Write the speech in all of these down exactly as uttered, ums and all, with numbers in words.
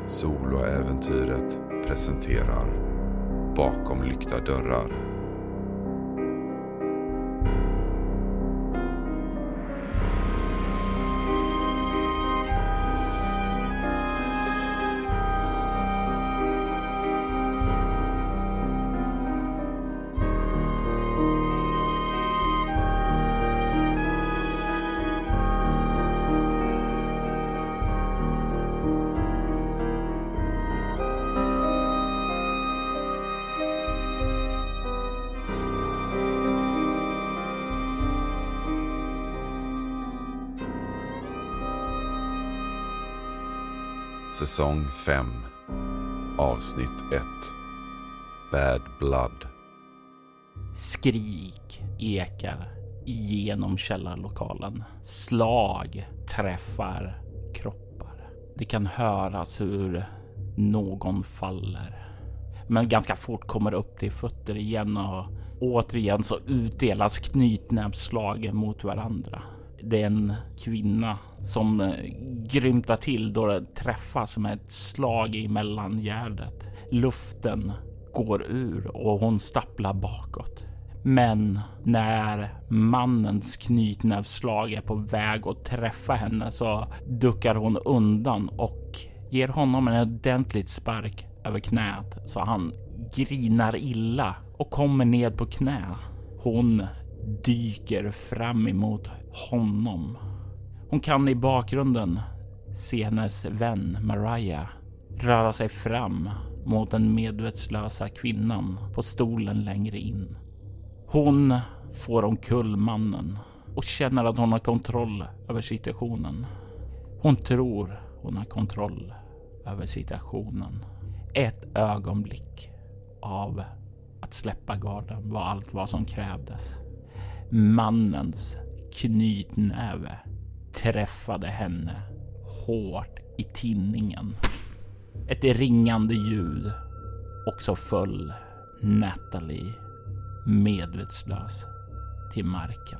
Soloäventyret presenterar Bakom lyckta dörrar. Säsong fem, avsnitt ett. Bad Blood. Skrik ekar genom källarlokalen. Slag träffar kroppar. Det kan höras hur någon faller. Men ganska fort kommer upp till fötter igen och återigen så utdelas knytnävsslag mot varandra. Det är en kvinna som grymtar till då det träffas med ett slag i mellangärdet. Luften går ur och hon stapplar bakåt. Men när mannens knytnävsslag är på väg att träffa henne så duckar hon undan och ger honom en ordentligt spark över knät så han grinar illa och kommer ned på knä. Hon dyker fram emot honom. Hon kan i bakgrunden se hennes vän Mariah röra sig fram mot den medvetslösa kvinnan på stolen längre in. Hon får omkull mannen och känner att hon har kontroll över situationen. Hon tror hon har kontroll över situationen. Ett ögonblick av att släppa garden var allt vad som krävdes. Mannens knytnäve träffade henne hårt i tinningen. Ett ringande ljud och så föll Natalie medvetslös till marken.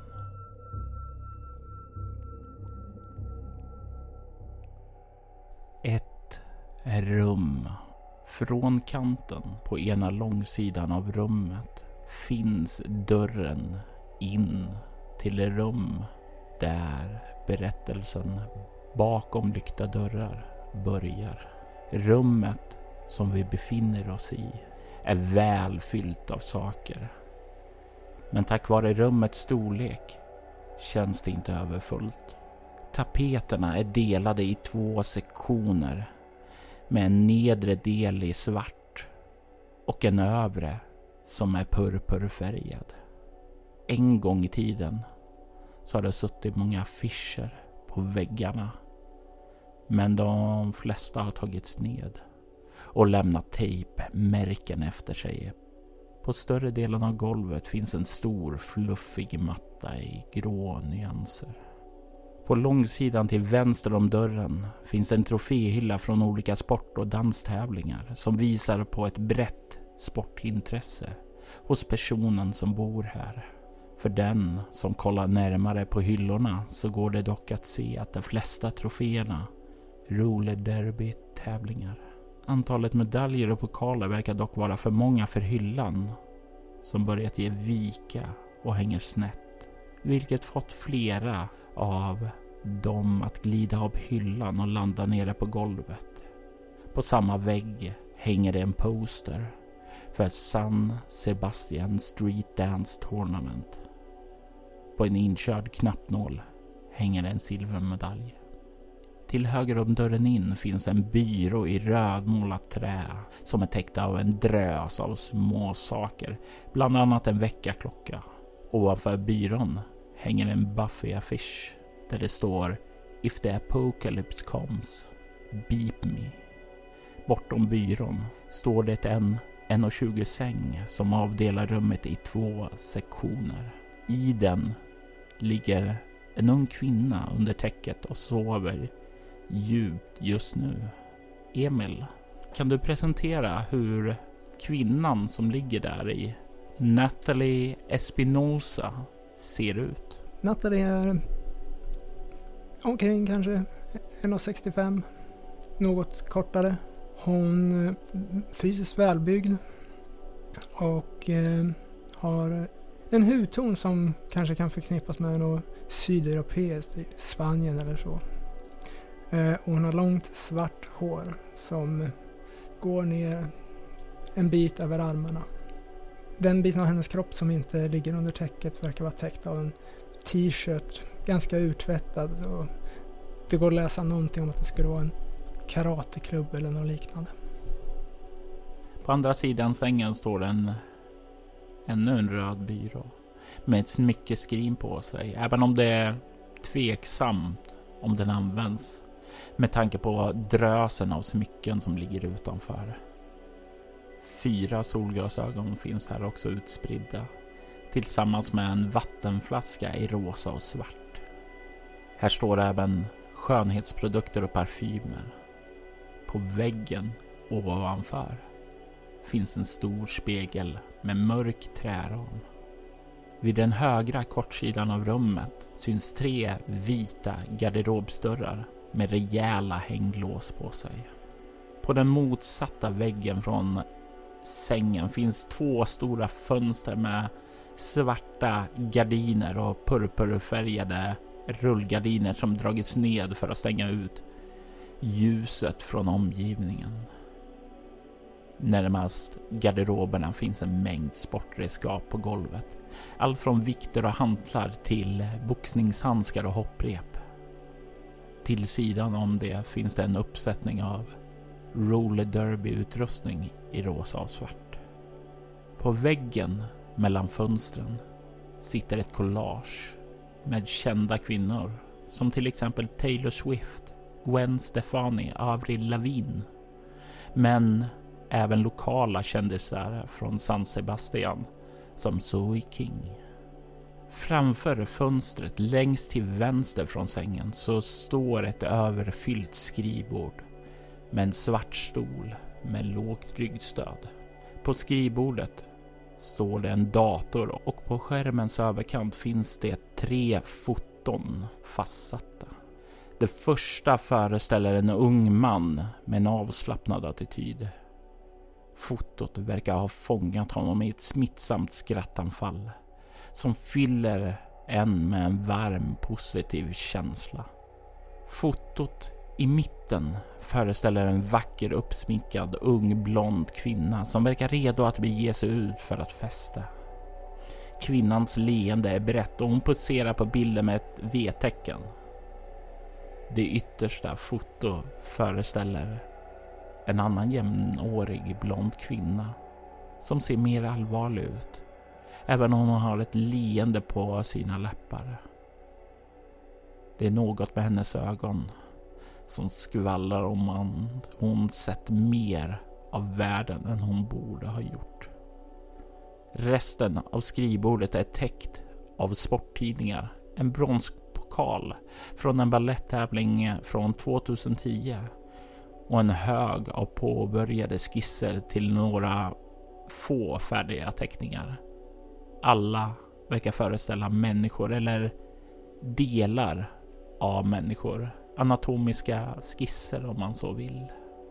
Ett rum. Från kanten på ena långsidan av rummet finns dörren in till det rum där berättelsen bakom lyckta dörrar börjar. Rummet som vi befinner oss i är väl fyllt av saker. Men tack vare rummets storlek känns det inte överfullt. Tapeterna är delade i två sektioner med en nedre del i svart och en övre som är purpurfärgad. En gång i tiden så har det suttit många affischer på väggarna. Men de flesta har tagits ned och lämnat tejpmärken efter sig. På större delen av golvet finns en stor fluffig matta i grå nyanser. På långsidan till vänster om dörren finns en troféhylla från olika sport- och danstävlingar som visar på ett brett sportintresse hos personen som bor här. För den som kollar närmare på hyllorna så går det dock att se att de flesta troféerna roller derby tävlingar. Antalet medaljer och pokaler verkar dock vara för många för hyllan som börjat ge vika och hänger snett, vilket fått flera av dem att glida av hyllan och landa nere på golvet. På samma vägg hänger det en poster för San Sebastian Street Dance Tournament. På en inkörd knappnål hänger en silvermedalj. Till höger om dörren in finns en byrå i rödmålat trä som är täckt av en drös av små saker, bland annat en väckarklocka. Ovanför byrån hänger en Buffy-affisch där det står If the apocalypse comes, beep me. Bortom byrån står det en en tjugo säng som avdelar rummet i två sektioner. I den ligger en ung kvinna under täcket och sover djupt just nu. Emil, kan du presentera hur kvinnan som ligger där i, Natalie Espinosa, ser ut? Natalie är omkring kanske en komma sextiofem, något kortare, Hon är fysiskt välbyggd och eh, har en hudton som kanske kan förknippas med något sydeuropeiskt, typ Spanien eller så. Eh, hon har långt svart hår som går ner en bit över armarna. Den biten av hennes kropp som inte ligger under täcket verkar vara täckt av en t-shirt, ganska urtvättad, och det går att läsa någonting om att det skulle vara en karateklubb eller något liknande. På andra sidan sängen står en ännu en röd byrå med ett smyckeskrin på sig, även om det är tveksamt om den används med tanke på drösen av smycken som ligger utanför. Fyra solglasögon finns här också utspridda tillsammans med en vattenflaska i rosa och svart. Här står även skönhetsprodukter och parfymer. På väggen ovanför finns en stor spegel med mörk träram. Vid den högra kortsidan av rummet syns tre vita garderobsdörrar med rejäla hänglås på sig. På den motsatta väggen från sängen finns två stora fönster med svarta gardiner och purpurfärgade rullgardiner som dragits ned för att stänga ut ljuset från omgivningen. Närmast garderoberna finns en mängd sportredskap på golvet. Allt från vikter och hantlar till boxningshandskar och hopprep. Till sidan om det finns det en uppsättning av roller derby-utrustning i rosa och svart. På väggen mellan fönstren sitter ett collage med kända kvinnor som till exempel Taylor Swift, Gwen Stefani, Avril Lavigne. Men även lokala kändisar från San Sebastian som Zoe King. Framför fönstret längst till vänster från sängen så står ett överfyllt skrivbord med en svart stol med lågt ryggstöd. På skrivbordet står det en dator och på skärmens överkant finns det tre foton fastsatta. Det första föreställer en ung man med en avslappnad attityd. Fotot verkar ha fångat honom i ett smittsamt skrattanfall som fyller en med en varm positiv känsla. Fotot i mitten föreställer en vacker uppsminkad ung blond kvinna som verkar redo att bege sig ut för att festa. Kvinnans leende är brett och hon poserar på bilden med ett V-tecken. Det yttersta foto föreställer en annan jämnårig blond kvinna som ser mer allvarlig ut, även om hon har ett leende på sina läppar. Det är något med hennes ögon som skvallrar om att hon sett mer av världen än hon borde ha gjort. Resten av skrivbordet är täckt av sporttidningar, en bronspokal från en balletttävling från tjugohundratio och en hög av påbörjade skisser till några få färdiga teckningar. Alla verkar föreställa människor eller delar av människor, anatomiska skisser om man så vill.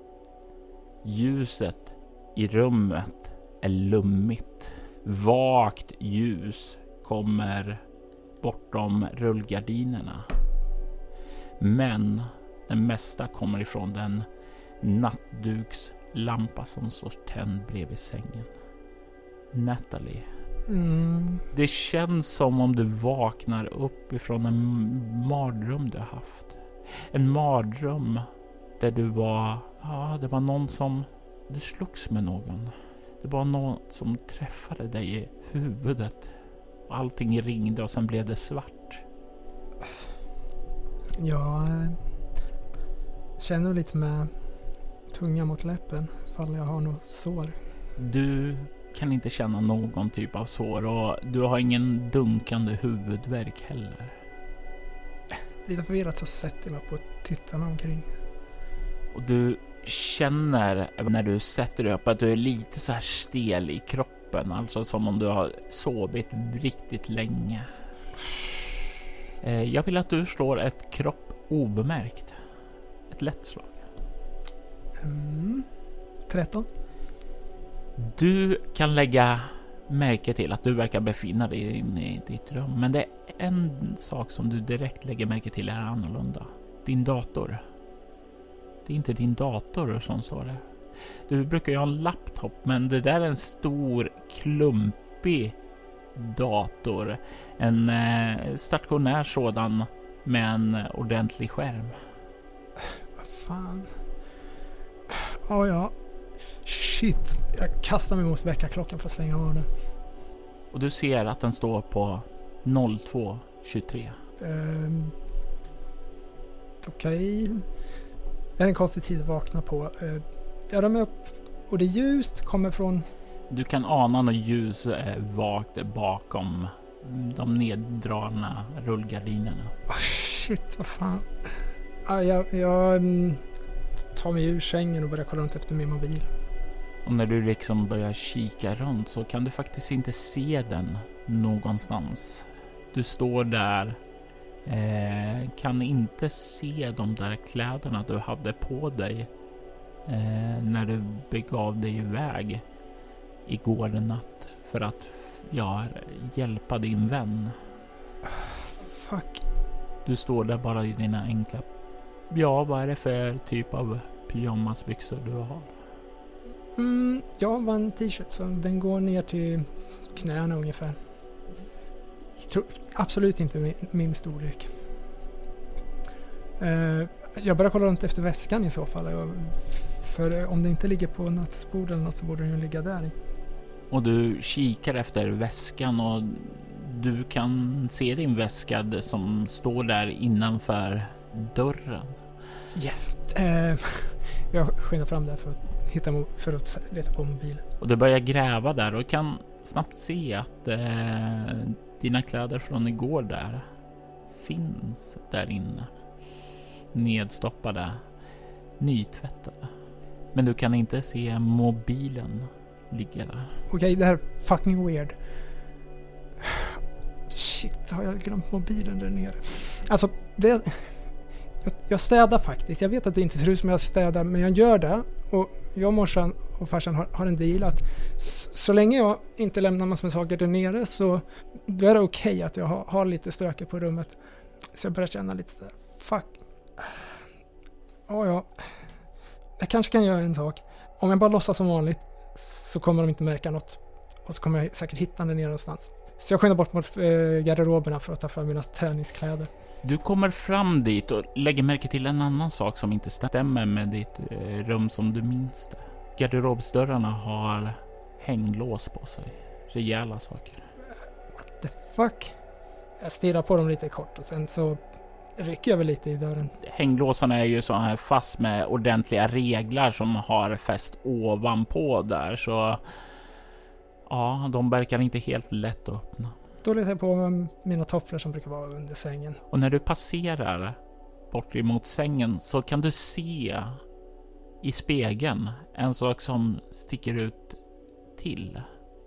Ljuset i rummet är lummigt. Vagt ljus kommer bortom rullgardinerna. Men det mesta kommer ifrån den nattdukslampa som står tänd bredvid sängen. Natalie. Mm. Det känns som om du vaknar upp ifrån en mardröm du har haft. En mardröm där du var, ja, det var någon som, du slogs med någon. Det var någon som träffade dig i huvudet. Och allting ringde och sen blev det svart. Jag känner lite med tunga mot läppen ifall jag har något sår. Du kan inte känna någon typ av sår och du har ingen dunkande huvudvärk heller. Lite förvirrat så sätter jag mig på att titta mig omkring. Och du känner även när du sätter dig upp att du är lite så här stel i kroppen. Alltså som om du har sovit riktigt länge. Jag vill att du slår ett kropp obemärkt. Ett lätt slag. Mm. tretton. Du kan lägga märke till att du verkar befinna dig inne i ditt rum. Men det är en sak som du direkt lägger märke till är annorlunda. Din dator. Det är inte din dator som står där. Du brukar ju ha en laptop, men det där är en stor, klumpig dator. En eh, stationär sådan med en ordentlig skärm. Vad fan? Ja, ja. Shit. Jag kastar mig mot väckarklockan för att stänga av den. Och du ser att den står på noll två tjugotre. Um, Okej. Okay. Det är en konstig tid att vakna på. Uh, jag rör mig upp och det ljust kommer från... Du kan ana något ljus eh, vagt bakom de neddragna rullgardinerna. Oh, shit, vad fan. Ah, jag jag um, tar mig ur sängen och börjar kolla runt efter min mobil. Och när du liksom börjar kika runt så kan du faktiskt inte se den någonstans. Du står där, eh, kan inte se de där kläderna du hade på dig eh, när du begav dig iväg igår natt för att ja, hjälpa din vän. Fuck. Du står där bara i dina enkla... Ja, vad är det för typ av pyjamasbyxor du har? Mm, jag var en t-shirt så den går ner till knäna ungefär. Tror, absolut inte min, min storlek. Uh, jag börjar kolla runt efter väskan i så fall. För om det inte ligger på nattbord eller något så borde den ju ligga där i. Och du kikar efter väskan och du kan se din väska som står där innanför dörren. Yes. Uh, jag skyndar fram där för att, hitta mo- för att leta på mobilen. Och du börjar gräva där och kan snabbt se att eh, dina kläder från igår där finns där inne. Nedstoppade, nytvättade. Men du kan inte se mobilen ligga där. Okej, okay, det här är fucking weird. Shit, har jag glömt mobilen där nere? Alltså, det... Jag, jag städar faktiskt. Jag vet att det inte ser ut som jag städar, men jag gör det. Och jag, morsan och farsan har, har en deal att så, så länge jag inte lämnar massor med saker där nere så då är det okej okay att jag har, har lite stöker på rummet. Så jag börjar känna lite så här, fuck. Oh, ja, jag kanske kan göra en sak. Om jag bara låtsas som vanligt så kommer de inte märka något. Och så kommer jag säkert hitta den nere någonstans. Så jag skyndar bort mot eh, garderoberna för att ta fram mina träningskläder. Du kommer fram dit och lägger märke till en annan sak som inte stämmer med ditt eh, rum som du minns det. Garderobsdörrarna har hänglås på sig. Rejäla saker. What the fuck? Jag stirrar på dem lite kort och sen så rycker jag väl lite i dörren. Hänglåsarna är ju så här fast med ordentliga reglar som har fäst ovanpå där. Så ja, de verkar inte helt lätt att öppna. Då letar jag på mina tofflor som brukar vara under sängen. Och när du passerar bort emot sängen så kan du se i spegeln en sak som sticker ut till.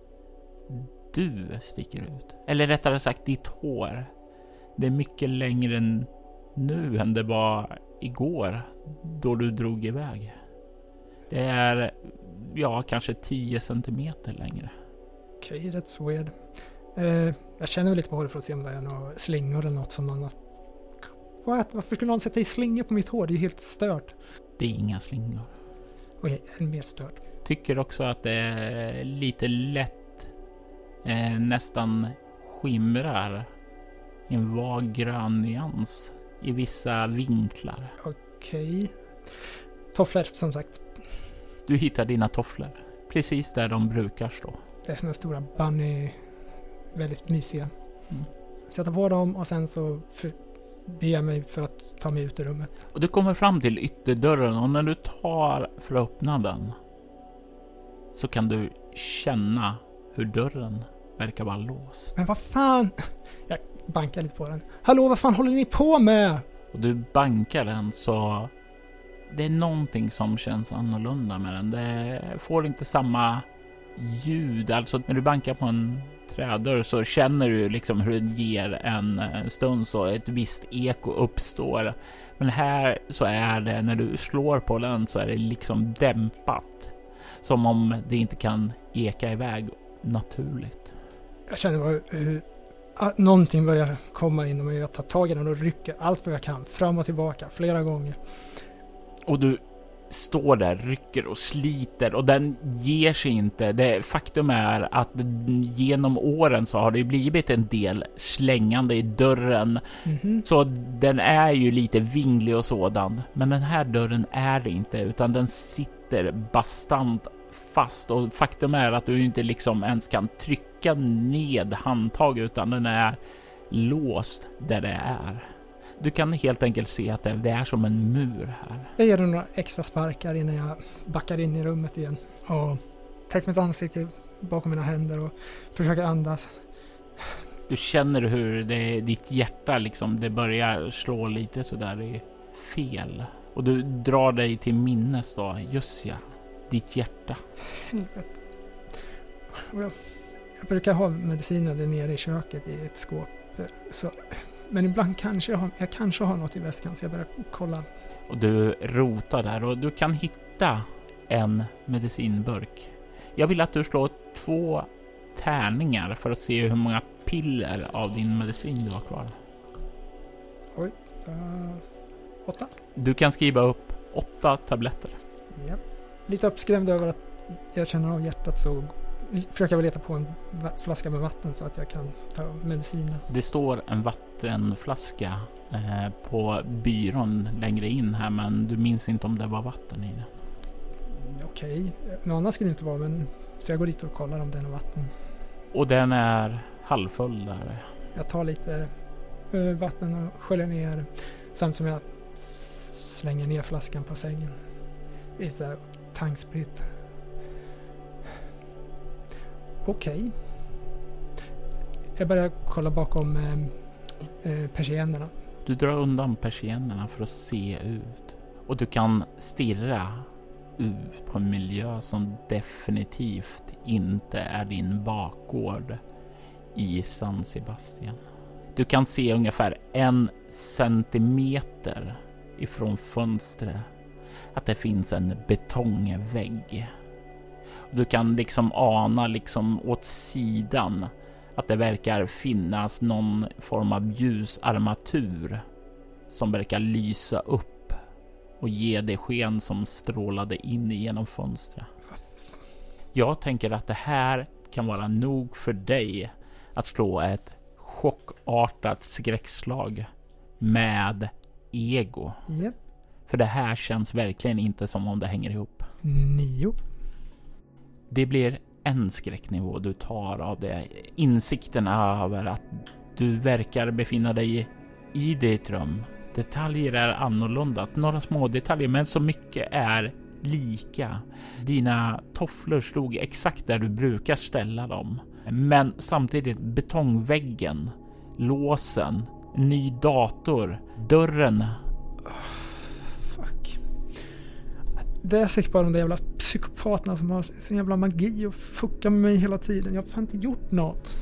Du sticker ut. Eller rättare sagt ditt hår. Det är mycket längre än nu än det var igår då du drog iväg. Det är ja, kanske tio centimeter längre. Okej, okay, that's weird. Uh, jag känner väl lite på håret för att se om det är några slingor eller något som någon... What? Varför skulle någon sätta i slingor på mitt hår? Det är ju helt stört. Det är inga slingor. Okej, okay, en mer stört. Tycker också att det är lite lätt eh, nästan skimrar i en vag grön nyans i vissa vinklar. Okej. Okay. Tofflor, som sagt. Du hittar dina tofflor precis där de brukar stå. Det är såna stora bunny, väldigt mysiga. Mm. Sätta på dem och sen så för, ber jag mig för att ta mig ut i rummet. Och du kommer fram till ytterdörren och när du tar för att öppna den så kan du känna hur dörren verkar vara låst. Men vad fan? Jag bankar lite på den. Hallå, vad fan håller ni på med? Och du bankar den så det är någonting som känns annorlunda med den. Det får inte samma ljud. Alltså när du bankar på en trädörr så känner du liksom hur det ger en stund så ett visst eko uppstår. Men här så är det, när du slår på den så är det liksom dämpat. Som om det inte kan eka iväg naturligt. Jag känner bara hur att någonting börjar komma inom mig. Jag tar tag i den och rycker allt vad jag kan. Fram och tillbaka flera gånger. Och du står där, rycker och sliter och den ger sig inte. Det faktum är att genom åren så har det blivit en del slängande i dörren. Mm-hmm. Så den är ju lite vinglig och sådan. Men den här dörren är det inte, utan den sitter bastant fast. Och faktum är att du inte liksom ens kan trycka ned handtag, utan den är låst där det är. Du kan helt enkelt se att det är som en mur här. Jag ger några extra sparkar innan jag backar in i rummet igen. Och täcker mitt ansikte bakom mina händer och försöker andas. Du känner hur det, ditt hjärta liksom, det börjar slå lite sådär i fel. Och du drar dig till minnes då. Just ja, ditt hjärta. Helvete. Jag, jag brukar ha mediciner där nere i köket i ett skåp. Så... Men ibland kanske jag, har, jag kanske har något i väskan, så jag börjar kolla. Och du rotar där och du kan hitta en medicinburk. Jag vill att du slår två tärningar för att se hur många piller av din medicin du har kvar. Oj, uh, åtta. Du kan skriva upp åtta tabletter. Ja. Lite uppskrämd över att jag känner av hjärtat, så försöker jag leta på en flaska med vatten så att jag kan ta medicinen. Det står en vattenflaska eh, på byrån längre in här, men du minns inte om det var vatten i den. Okej, okay. Någon annan skulle det inte vara, men så jag går dit och kollar om det är något vatten. Och den är halvfull där. Jag tar lite uh, vatten och sköljer ner samt som jag slänger ner flaskan på sängen. Lite tanksprit. Okej. Okay. Jag börjar kolla bakom eh, eh, persiennerna. Du drar undan persiennerna för att se ut. Och du kan stirra ut på en miljö som definitivt inte är din bakgård i San Sebastian. Du kan se ungefär en centimeter ifrån fönstret att det finns en betongvägg. Du kan liksom ana liksom åt sidan att det verkar finnas någon form av ljusarmatur som verkar lysa upp och ge det sken som strålade in genom fönstret. Jag tänker att det här kan vara nog för dig att slå ett chockartat skräckslag med ego. Yep. För det här känns verkligen inte som om det hänger ihop. Nio. Det blir en skräcknivå du tar av det. Insikten över att du verkar befinna dig i ditt rum. Detaljer är annorlunda. Några små detaljer, men så mycket är lika. Dina tofflor slog exakt där du brukar ställa dem. Men samtidigt betongväggen, låsen, ny dator, dörren. Fuck. Det är säkert bara de där jävla psykopaterna som har sin jävla magi och fuckar med mig hela tiden. Jag har fan inte gjort något.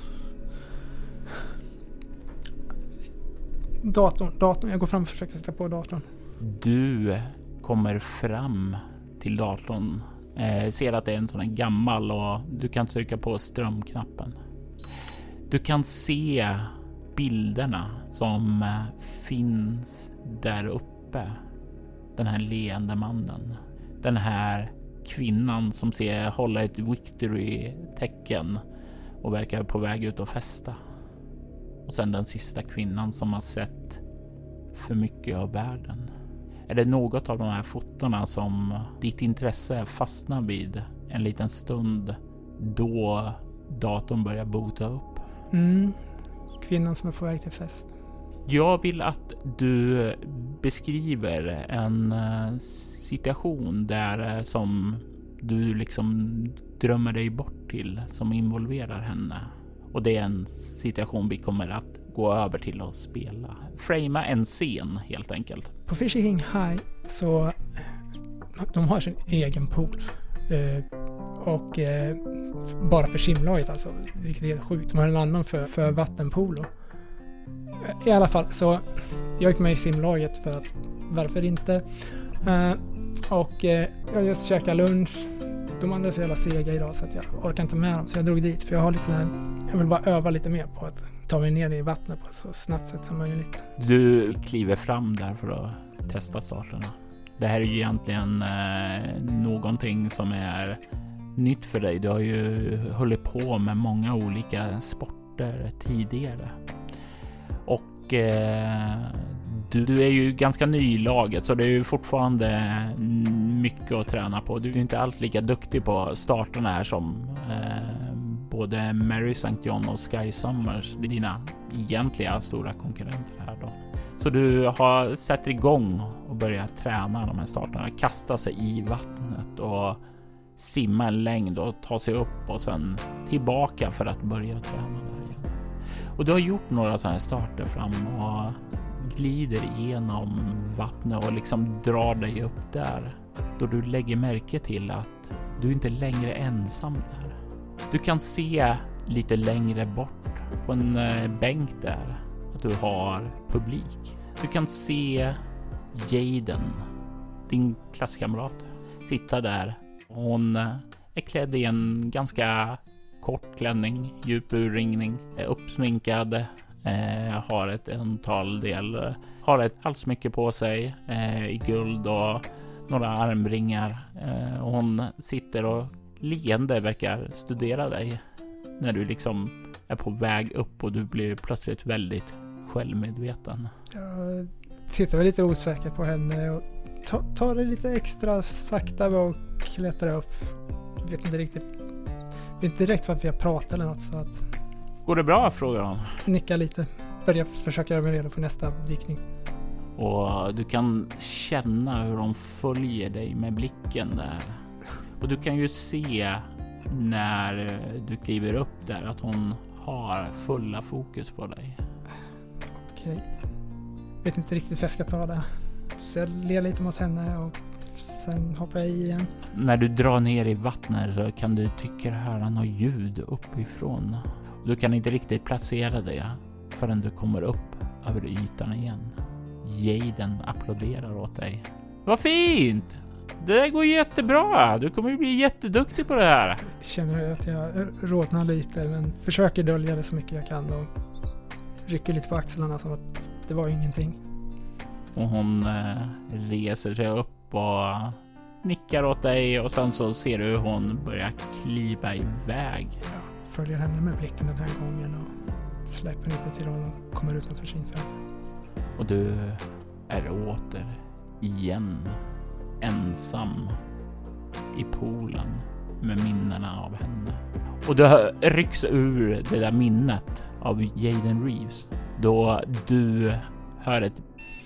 Datorn, datorn. Jag går fram och försöker sätta på datorn. Du kommer fram till datorn. Eh, ser att det är en sån här gammal och du kan trycka på strömknappen. Du kan se bilderna som finns där uppe. Den här leende mannen. Den här kvinnan som ser hålla ett victory-tecken och verkar på väg ut och festa. Och sen den sista kvinnan som har sett för mycket av världen. Är det något av de här fotorna som ditt intresse fastnar vid en liten stund då datorn börjar boota upp? Mm. Kvinnan som är på väg till fest. Jag vill att du beskriver en situation där som du liksom drömmer dig bort till som involverar henne. Och det är en situation vi kommer att gå över till att spela. Framea en scen helt enkelt. På Fishing High så de har sin egen pool. Eh, och eh, bara för simlaget alltså, vilket är sjukt. De har en annan för, för vattenpolo. I alla fall så jag gick med i simlaget för att varför inte. Eh, och eh, jag just käkade lunch, de andra är så jävla sega idag så att jag orkar inte med dem. Så jag drog dit för jag har lite sån här, jag vill bara öva lite mer på att ta mig ner i vattnet på ett så snabbt sätt som möjligt. Du kliver fram där för att testa starterna. Det här är ju egentligen eh, någonting som är nytt för dig. Du har ju hållit på med många olika sporter tidigare. Och eh, du, du är ju ganska ny i laget så det är ju fortfarande mycket att träna på. Du är inte alls lika duktig på starterna här som eh, både Mary Sankt John och Sky Summers, dina egentliga stora konkurrenter här då. Så du har satt igång och börjat träna de här starterna, kasta sig i vattnet och simma en längd och ta sig upp och sen tillbaka för att börja träna där igen. Och du har gjort några sådana här starter fram och glider igenom vattnet och liksom drar dig upp där. Då du lägger märke till att du inte längre är ensam där. Du kan se lite längre bort på en bänk där att du har publik. Du kan se Jaden, din klasskamrat, sitta där. Hon är klädd i en ganska kort klänning, djup urringning, är uppsminkad, eh, har ett antal del, har ett halsmycke på sig eh, i guld och några armringar. Eh, och hon sitter och leende verkar studera dig när du liksom är på väg upp och du blir plötsligt väldigt självmedveten. Jag tittar väl lite osäkert på henne och tar ta det lite extra sakta och klättrar upp. Jag vet inte riktigt. Det är inte direkt för att vi har pratat eller något så att... Går det bra? Frågar hon. Nicka lite. Börja försöka göra mig redo för nästa dykning. Och du kan känna hur de följer dig med blicken där. Och du kan ju se när du kliver upp där att hon har fulla fokus på dig. Okej. Vet inte riktigt hur jag ska ta det. Så jag ler lite mot henne och sen hoppar jag i igen. När du drar ner i vattnet så kan du tycka höra något ljud uppifrån. Du kan inte riktigt placera det förrän du kommer upp över ytan igen. Jaden applåderar åt dig. Vad fint! Det där går jättebra. Du kommer ju bli jätteduktig på det här. Jag känner att jag rodnar lite men försöker dölja det så mycket jag kan och rycker lite på axlarna som att det var ingenting. Och hon eh, reser sig upp och nickar åt dig och sen så ser du hur hon börjar kliva iväg. Jag följer henne med blicken den här gången och släpper inte till honom och kommer utanför sin fält. Och du är åter igen ensam i poolen med minnena av henne. Och du rycks ur det där minnet av Jaden Reeves då du hör ett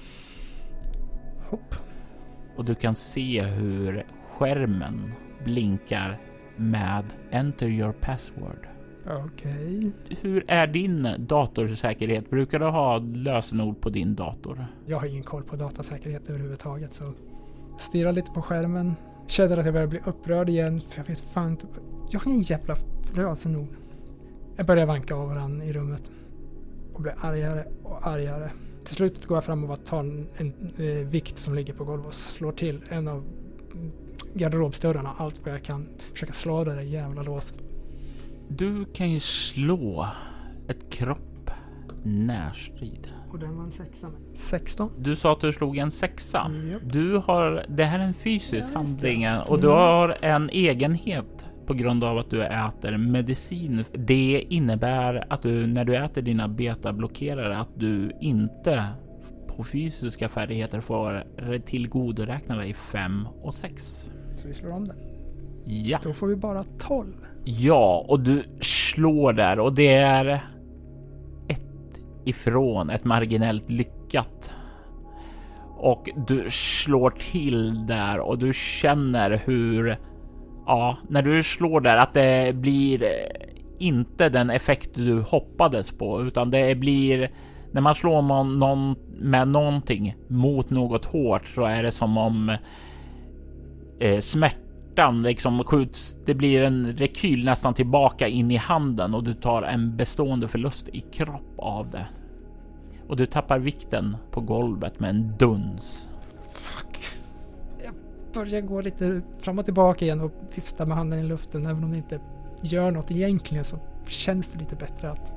hopp. Och du kan se hur skärmen blinkar med Enter your password. Okej. Okay. Hur är din datorsäkerhet? Brukar du ha lösenord på din dator? Jag har ingen koll på datasäkerhet överhuvudtaget så jag stirrar lite på skärmen. Känner att jag börjar bli upprörd igen för jag vet fan inte. Jag har ingen jävla lösenord. Jag börjar vanka av varandra i rummet och blir argare och argare. Till slut går jag fram och bara tar en, en, en vikt som ligger på golvet och slår till en av garderobsdörrarna. Allt vad jag kan. Försöka slå av det där jävla låset. Du kan ju slå ett kropp närstrid. Och den var en sexa. sexton. Du sa att du slog en sexa. Yep. Du har, det här är en fysisk ja, handling och mm. du har en egenhet på grund av att du äter medicin. Det innebär att du när du äter dina betablockerare att du inte på fysiska färdigheter får tillgodoräkna dig fem och sex. Så vi slår om den. Ja. Då får vi bara tolv. Ja, och du slår där och det är ett ifrån ett marginellt lyckat. Och du slår till där och du känner hur ja, när du slår där att det blir inte den effekt du hoppades på utan det blir när man slår någon, någon med någonting mot något hårt så är det som om eh, smärtan liksom skjuts, det blir en rekyl nästan tillbaka in i handen och du tar en bestående förlust i kropp av det. Och du tappar vikten på golvet med en duns. Fuck. Jag börjar gå lite fram och tillbaka igen och vifta med handen i luften. Även om det inte gör något egentligen så känns det lite bättre att...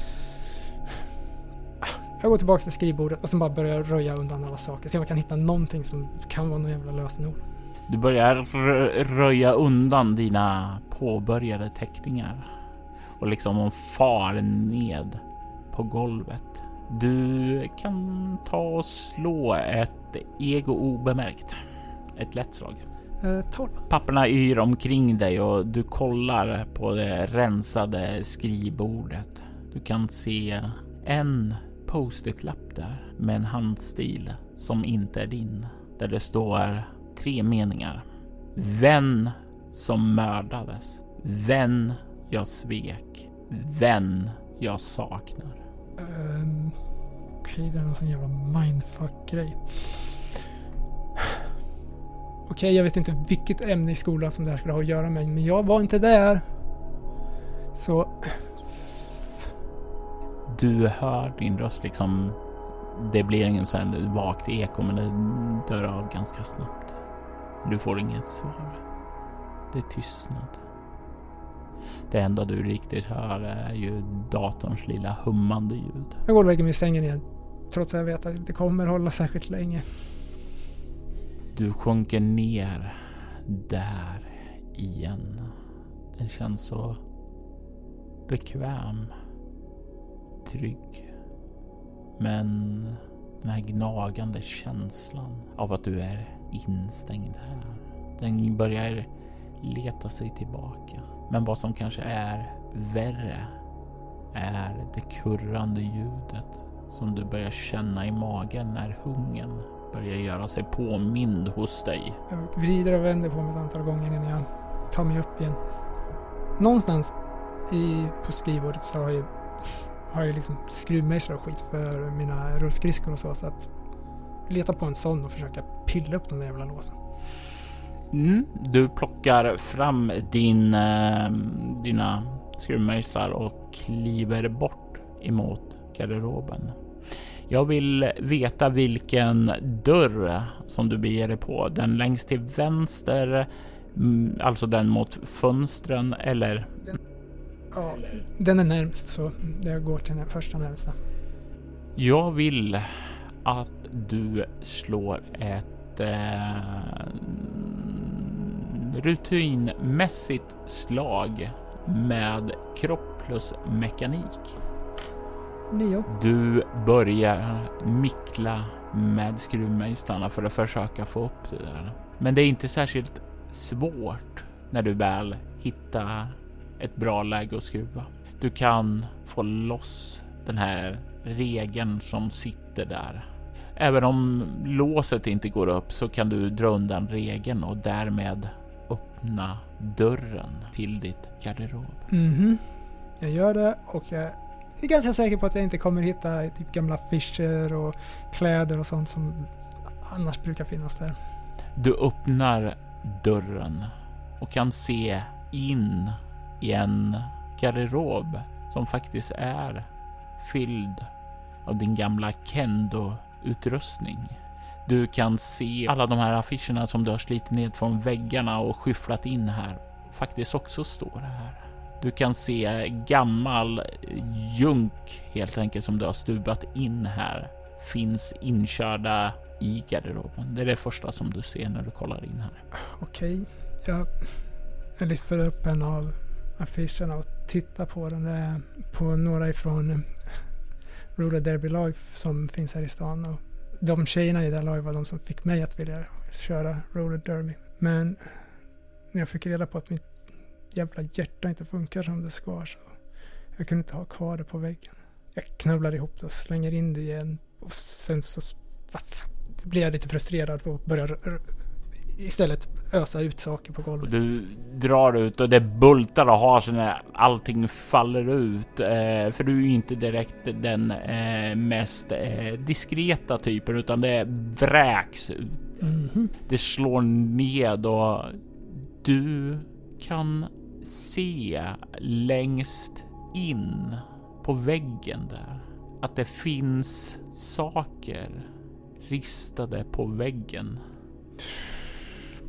Jag går tillbaka till skrivbordet och sen bara börjar röja undan alla saker. Se om jag kan hitta någonting som kan vara någon jävla lösenord. Du börjar röja undan dina påbörjade teckningar och liksom far ned på golvet. Du kan ta och slå ett ego obemärkt. Ett lätt slag. Eh, tolv. Papperna yr omkring dig och du kollar på det rensade skrivbordet. Du kan se en post-it-lapp där med en handstil som inte är din. Där det står tre meningar. Vän som mördades. Vän jag svek. Vän jag saknar. Um, Okej, okay, det är någon sån jävla mindfuck-grej. Okej, okay, jag vet inte vilket ämne i skolan som det här skulle ha att göra med, men jag var inte där. Så... Du hör din röst liksom... Det blir ingen sån vakt eko, men det dör av ganska snabbt. Du får inget svar. Det är tystnad. Det enda du riktigt hör är ju datorns lilla hummande ljud. Jag går och lägger mig i sängen igen. Trots att jag vet att det kommer hålla särskilt länge. Du sjunker ner där igen. Den känns så bekväm. Trygg. Men den här gnagande känslan av att du är instängd här. Den börjar leta sig tillbaka. Men vad som kanske är värre är det kurrande ljudet som du börjar känna i magen när hungern börjar göra sig påmind hos dig. Jag vrider och vänder på mig ett antal gånger innan jag tar mig upp igen. Någonstans i, på skrivbordet så har jag, har jag liksom skruvmejslar och skit för mina rullskridskor och så. Så att leta på en sån och försöka pilla upp de där jävla låsen. Mm, du plockar fram din, äh, dina skruvmejslar och kliver bort emot garderoben. Jag vill veta vilken dörr som du beger dig på. Den längst till vänster, alltså den mot fönstren, eller? Den, ja, den är närmst, så jag går till den första närmsta. Jag vill att du slår ett eh, rutinmässigt slag med kropp plus mekanik. Nio. Du börjar mickla med skruvmejslarna för att försöka få upp det där. Men det är inte särskilt svårt när du väl hittar ett bra läge att skruva. Du kan få loss den här regeln som sitter där. Även om låset inte går upp så kan du dra undan regeln och därmed öppna dörren till ditt garderob. Mhm. Jag gör det och jag är ganska säker på att jag inte kommer hitta typ gamla affischer och kläder och sånt som annars brukar finnas där. Du öppnar dörren och kan se in i en garderob som faktiskt är fylld av din gamla Kendo-utrustning. Du kan se alla de här affischerna som du har slitit ned från väggarna och skyfflat in här faktiskt också står här. Du kan se gammal junk helt enkelt som du har stuvat in här. Finns inkörda i garderoben. Det är det första som du ser när du kollar in här. Okej, jag, jag lyfter upp en av affischerna och tittar på den. Det är på några ifrån Roller Derby Life som finns här i stan. Och de tjejerna i det live var de som fick mig att vilja köra Roller Derby. Men när jag fick reda på att mitt jävla hjärta inte funkar som det ska så jag kunde inte ha kvar det på väggen. Jag knövlar ihop det och slänger in det igen och sen så blir jag lite frustrerad och börjar istället ösa ut saker på golvet. Du drar ut och det bultar och har så när allting faller ut. Eh, för du är ju inte direkt den eh, mest eh, diskreta typen utan det vräks ut. Mm-hmm. Det slår ned och du kan se längst in på väggen där att det finns saker ristade på väggen.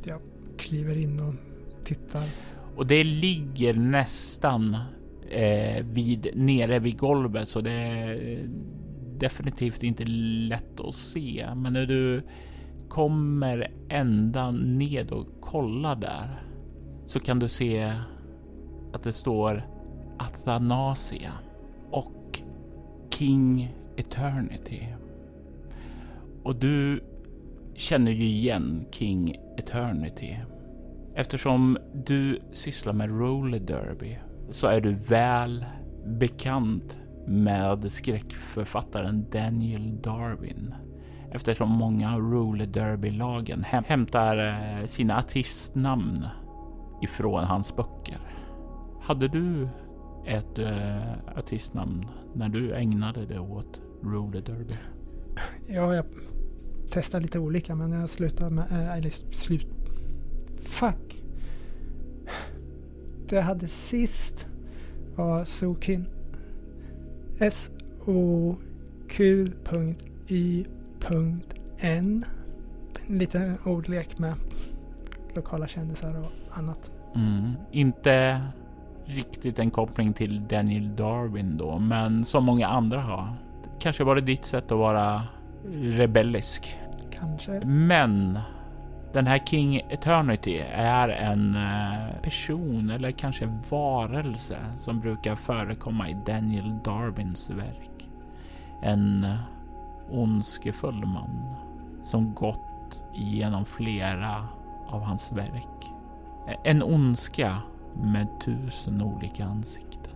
jag kliver in och tittar. Och det ligger nästan eh, vid, nere vid golvet, så det är definitivt inte lätt att se. Men när du kommer ända ned och kollar där så kan du se att det står Athanasia och King Eternity. Och du känner ju igen King Eternity. Eftersom du sysslar med roller derby så är du väl bekant med skräckförfattaren Daniel Darwin. Eftersom många roller derby-lagen häm- hämtar sina artistnamn ifrån hans böcker. Hade du ett äh, artistnamn när du ägnade dig åt roller derby? Ja, jag testade lite olika, men jag slutade med... Äh, eller slut... Fuck. Det jag hade sist var Sokin. S O Q Y N. En liten ordlek med lokala kändisar och annat. Mm, inte riktigt en koppling till Daniel Darwin då, men som många andra har. Kanske var det ditt sätt att vara rebellisk. Kanske. Men den här King Eternity är en person eller kanske varelse som brukar förekomma i Daniel Darwins verk. En ondskefull man som gått igenom flera av hans verk. En ondska med tusen olika ansikten.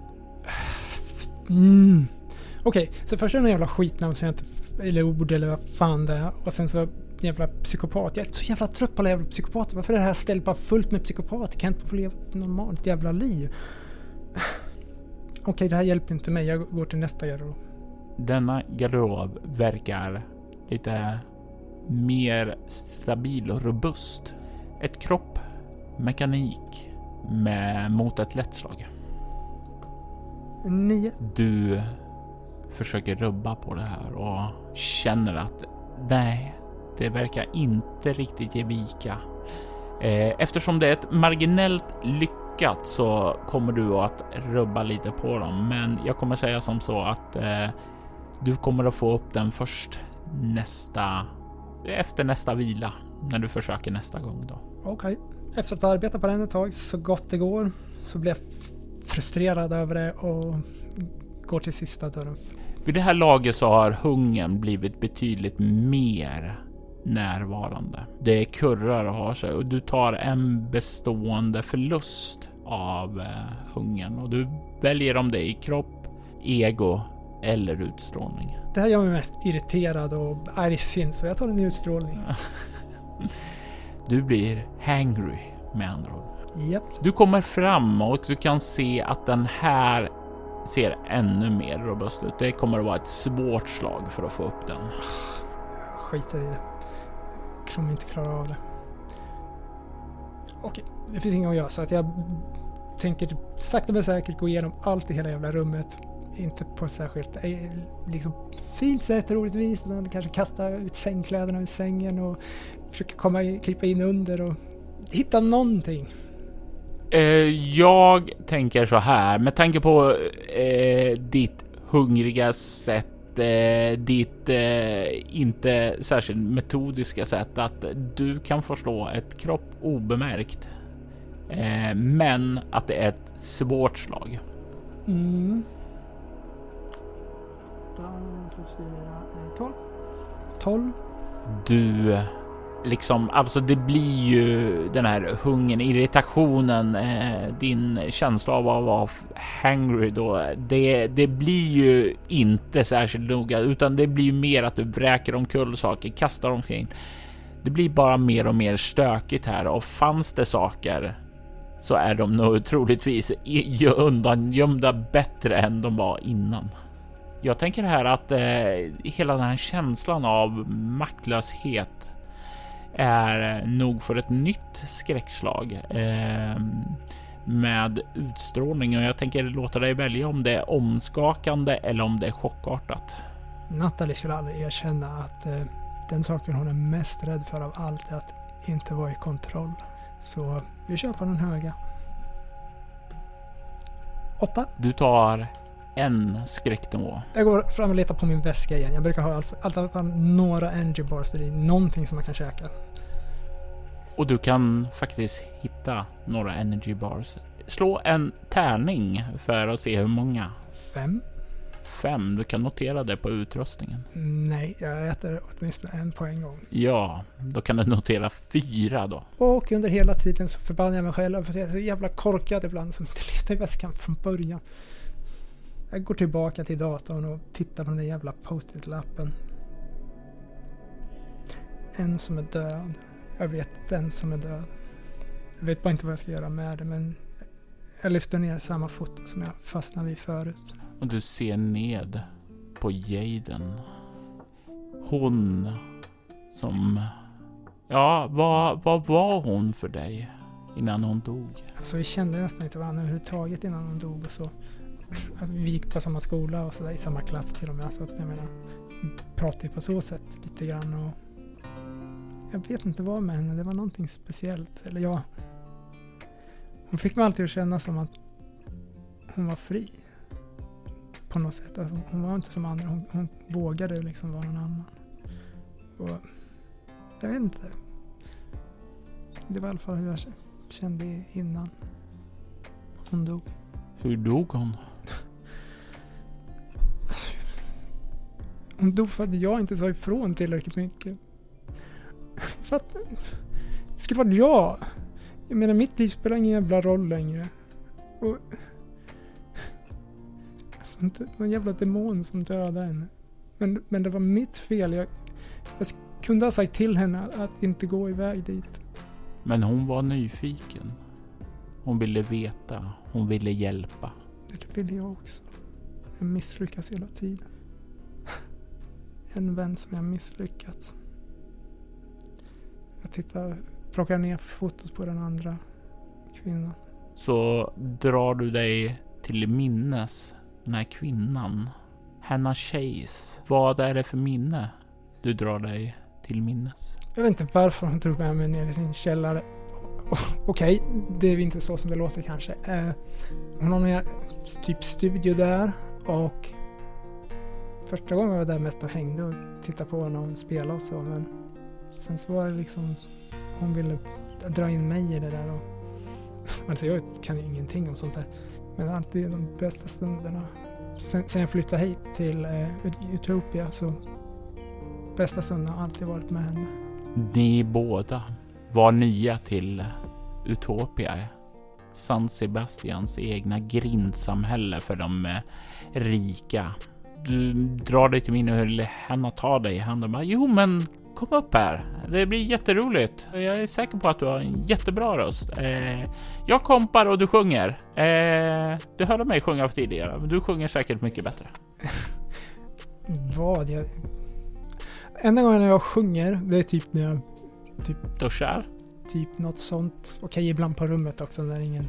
Mm. Okej, okay, så först är det en jävla skitnamn som jag inte... Eller ord eller vad fan det är. Och sen så jävla psykopat. Jag är så jävla trött på alla jävla psykopater. Varför är det här stället bara fullt med psykopater? Kan inte få leva ett normalt jävla liv? Okej, okay, det här hjälper inte mig. Jag går till nästa garderob. Denna garderob verkar lite mer stabil och robust. Ett kropp, mekanik med mot ett lättslag. Nio. Du försöker rubba på det här och känner att nej, det verkar inte riktigt ge vika. Eh, eftersom det är ett marginellt lyckat så kommer du att rubba lite på dem. Men jag kommer säga som så att eh, du kommer att få upp den först nästa efter nästa vila när du försöker nästa gång då. Okej. Okay. Efter att arbeta på den ett tag så gott det går så blir jag f- frustrerad över det och går till sista dörren. Vid det här laget så har hungern blivit betydligt mer närvarande. Det kurrar och har sig och du tar en bestående förlust av eh, hungern och du väljer om det är i kropp, ego eller utstrålning. Det här gör mig mest irriterad och argsint så jag tar en utstrålning. Du blir hangry med andra ord. Yep. Du kommer fram och du kan se att den här ser ännu mer robust ut. Det kommer att vara ett svårt slag för att få upp den. Jag skiter i det. Jag kommer inte klara av det. Okej, det finns inget att göra så att jag tänker sakta men säkert gå igenom allt i hela jävla rummet. Inte på särskilt liksom, fint sätt, roligtvis. Man kanske kastar ut sängkläderna ur sängen och försöker komma i, krypa in under och hitta någonting. Eh, jag tänker så här, med tanke på eh, ditt hungriga sätt, eh, ditt eh, inte särskilt metodiska sätt, att du kan förslå ett kropp obemärkt. Eh, men att det är ett svårt slag. Mm. plus fyra är tolv. tolv. Du liksom, alltså det blir ju den här hungern, irritationen, eh, din känsla av att vara hangry då, det, det blir ju inte särskilt noga, utan det blir mer att du vräker omkull saker, kastar omkring. Det blir bara mer och mer stökigt här, och fanns det saker så är de nog troligtvis undangömda bättre än de var innan. Jag tänker här att eh, hela den här känslan av maktlöshet är nog för ett nytt skräckslag eh, med utstrålning, och jag tänker låta dig välja om det är omskakande eller om det är chockartat. Natalie skulle aldrig erkänna att eh, den saken hon är mest rädd för av allt är att inte vara i kontroll. Så vi kör på den höga. Åtta. Du tar en skräcknivå. Jag går fram och letar på min väska igen. Jag brukar ha i alla fall några energy bars. Det är någonting som man kan käka. Och du kan faktiskt hitta några energy bars. Slå en tärning för att se hur många. Fem. Fem. Du kan notera det på utrustningen. Nej, jag äter åtminstone en på en gång. Ja, då kan du notera fyra då. Och under hela tiden så förbannar jag mig själv för att jag är så jävla korkad ibland som inte letar i väskan från början. Jag går tillbaka till datorn och tittar på den där jävla post-it-lappen. En som är död. Jag vet den som är död. Jag vet bara inte vad jag ska göra med det, men jag lyfter ner samma foto som jag fastnade vid förut. Och du ser ned på Jaden. Hon som... Ja, vad, vad var hon för dig innan hon dog? Alltså vi kände nästan inte varandra överhuvudtaget innan hon dog och så. Alltså, vi gick på samma skola och så där, i samma klass till och med. Så att jag menar, pratade på så sätt lite grann och jag vet inte vad med henne. Det var någonting speciellt. Eller ja, hon fick mig alltid att känna som att hon var fri. På något sätt. Alltså, hon var inte som andra. Hon, hon vågade liksom vara någon annan. Och jag vet inte. Det var i alla fall hur jag kände innan hon dog. Hur dog hon? Alltså, hon dog för att jag inte sa ifrån tillräckligt mycket. För att det skulle vara jag. Jag menar, mitt liv spelar ingen jävla roll längre. Och alltså, det var en jävla demon som dödade henne. Men, men det var mitt fel. Jag, jag kunde ha sagt till henne att inte gå iväg dit. Men hon var nyfiken. Hon ville veta. Hon ville hjälpa. Det ville jag också. Jag misslyckas hela tiden. En vän som jag misslyckats. Jag tittar, plockar ner fotot på den andra kvinnan. Så drar du dig till minnes den här kvinnan. Hannah Chase. Vad är det för minne du drar dig till minnes? Jag vet inte varför hon tog med mig ner i sin källare. Okej, okay, det är inte så som det låter kanske. Eh, hon har en typ studio där och första gången jag var där mest och hängde och tittade på när hon spelade och så, men sen så var det liksom hon ville dra in mig i det där och alltså jag kan ju ingenting om sånt där, men alltid de bästa stunderna sen, sen jag flyttade hit till eh, Utopia, så bästa stunderna har alltid varit med henne. Ni båda var nya till Utopia, San Sebastians egna grindsamhälle för de eh, rika. Du drar dig till minne hur henne tar dig i handen och bara, jo men kom upp här, det blir jätteroligt. Jag är säker på att du har en jättebra röst. Eh, jag kompar och du sjunger. Eh, du hörde mig sjunga för tidigare, men du sjunger säkert mycket bättre. Vad? Jag... Enda gången jag sjunger, det är typ när jag typ duschar. Typ något sånt. Okej, ibland på rummet också när ingen...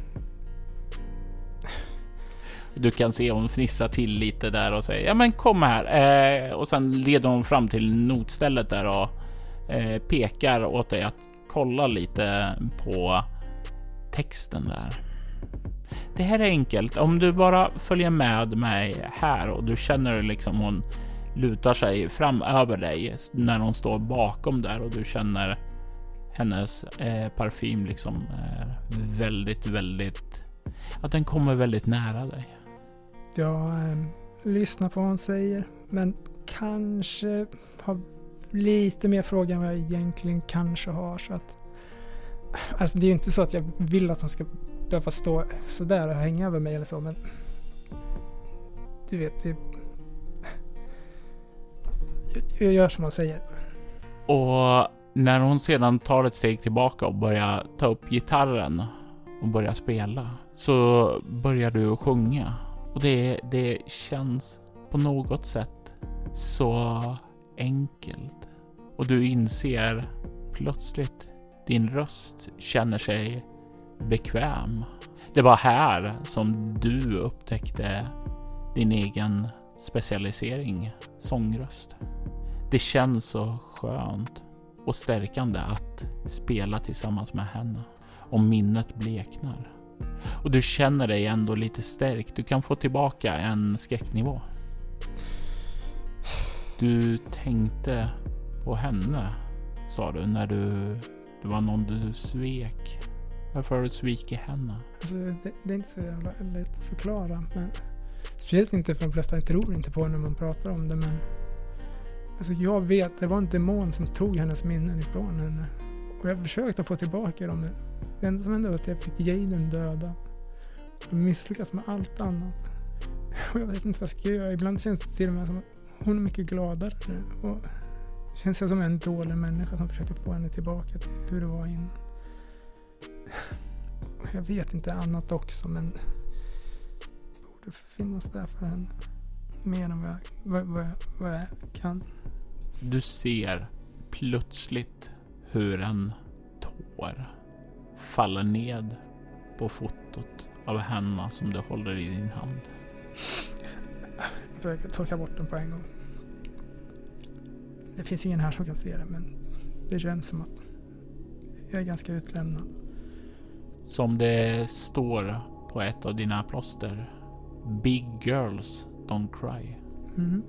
Du kan se hon fnissar till lite där och säger, ja men kom här. Eh, och sen leder hon fram till notstället där och eh, pekar åt dig att kolla lite på texten där. Det här är enkelt. Om du bara följer med mig här och du känner liksom hon lutar sig fram över dig när hon står bakom där och du känner hennes eh, parfym liksom är väldigt, väldigt, att den kommer väldigt nära dig. Jag eh, lyssnar på vad hon säger, men kanske har lite mer frågor än vad jag egentligen kanske har, så att alltså det är ju inte så att jag vill att hon ska behöva stå så där och hänga över mig eller så, men du vet, det... jag gör som hon säger. Och när hon sedan tar ett steg tillbaka och börjar ta upp gitarren och börjar spela, så börjar du sjunga. Och det, det känns på något sätt så enkelt. Och du inser plötsligt din röst känner sig bekväm. Det var här som du upptäckte din egen specialisering, sångröst. Det känns så skönt och stärkande att spela tillsammans med henne. Och minnet bleknar. Och du känner dig ändå lite stärkt. Du kan få tillbaka en skräcknivå. Du tänkte på henne, sa du, när du det var någon du svek. Varför har du svikit henne? Alltså, det, det är inte så jävla lätt att förklara. Men speciellt inte för de flesta. Jag tror inte på när man pratar om det. Men alltså, jag vet, det var en demon som tog hennes minnen ifrån henne. Och jag försökte att få tillbaka dem. Det enda som hände var att jag fick Jaden döda. Jag misslyckas med allt annat. Och jag vet inte vad jag ska göra. Ibland känns det till och med som att hon är mycket gladare nu. Och känns jag som en dålig människa som försöker få henne tillbaka till hur det var innan. Jag vet inte annat också, men det borde finnas där för henne. Mer än vad jag, vad, vad, jag, vad jag kan. Du ser plötsligt hur en tår faller ned på fotot av henne som du håller i din hand. Jag försöker torka bort den på en gång. Det finns ingen här som kan se det, men det känns som att jag är ganska utlämnad. Som det står på ett av dina plåster. Big girls don't cry. Mm.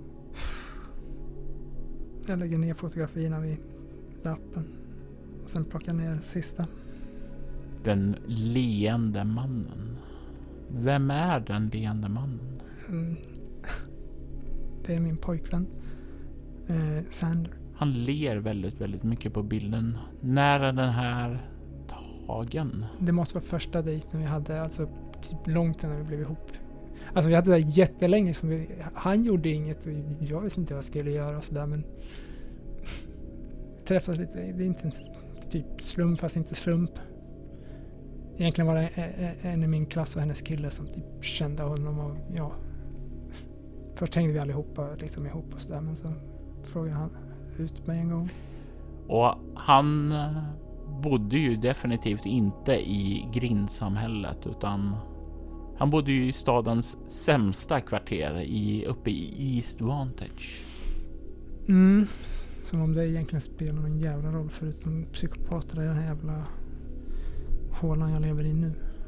Jag lägger ner fotografierna vid lappen. Och sen plockar ner sista. Den leende mannen. Vem är den leende mannen? Mm. Det är min pojkvän. Eh, Sander. Han ler väldigt, väldigt mycket på bilden. När är den här tagen? Det måste vara första dejten vi hade. Alltså typ långt innan vi blev ihop. Alltså vi hade det där jättelänge. Som vi, han gjorde inget. Och jag visste inte vad jag skulle göra och sådär. Men vi träffades lite. Det är inte en typ slump fast inte slump. Egentligen var det en i min klass och hennes kille som typ kände honom. Och ja. Först hängde vi allihopa liksom ihop och sådär. Men så frågade han ut mig en gång. Och han bodde ju definitivt inte i grindsamhället, utan han bodde ju i stadens sämsta kvarter i, uppe i East Vantage. Mm, som om det egentligen spelar någon jävla roll förutom psykopater i den här jävla hålan jag lever i nu.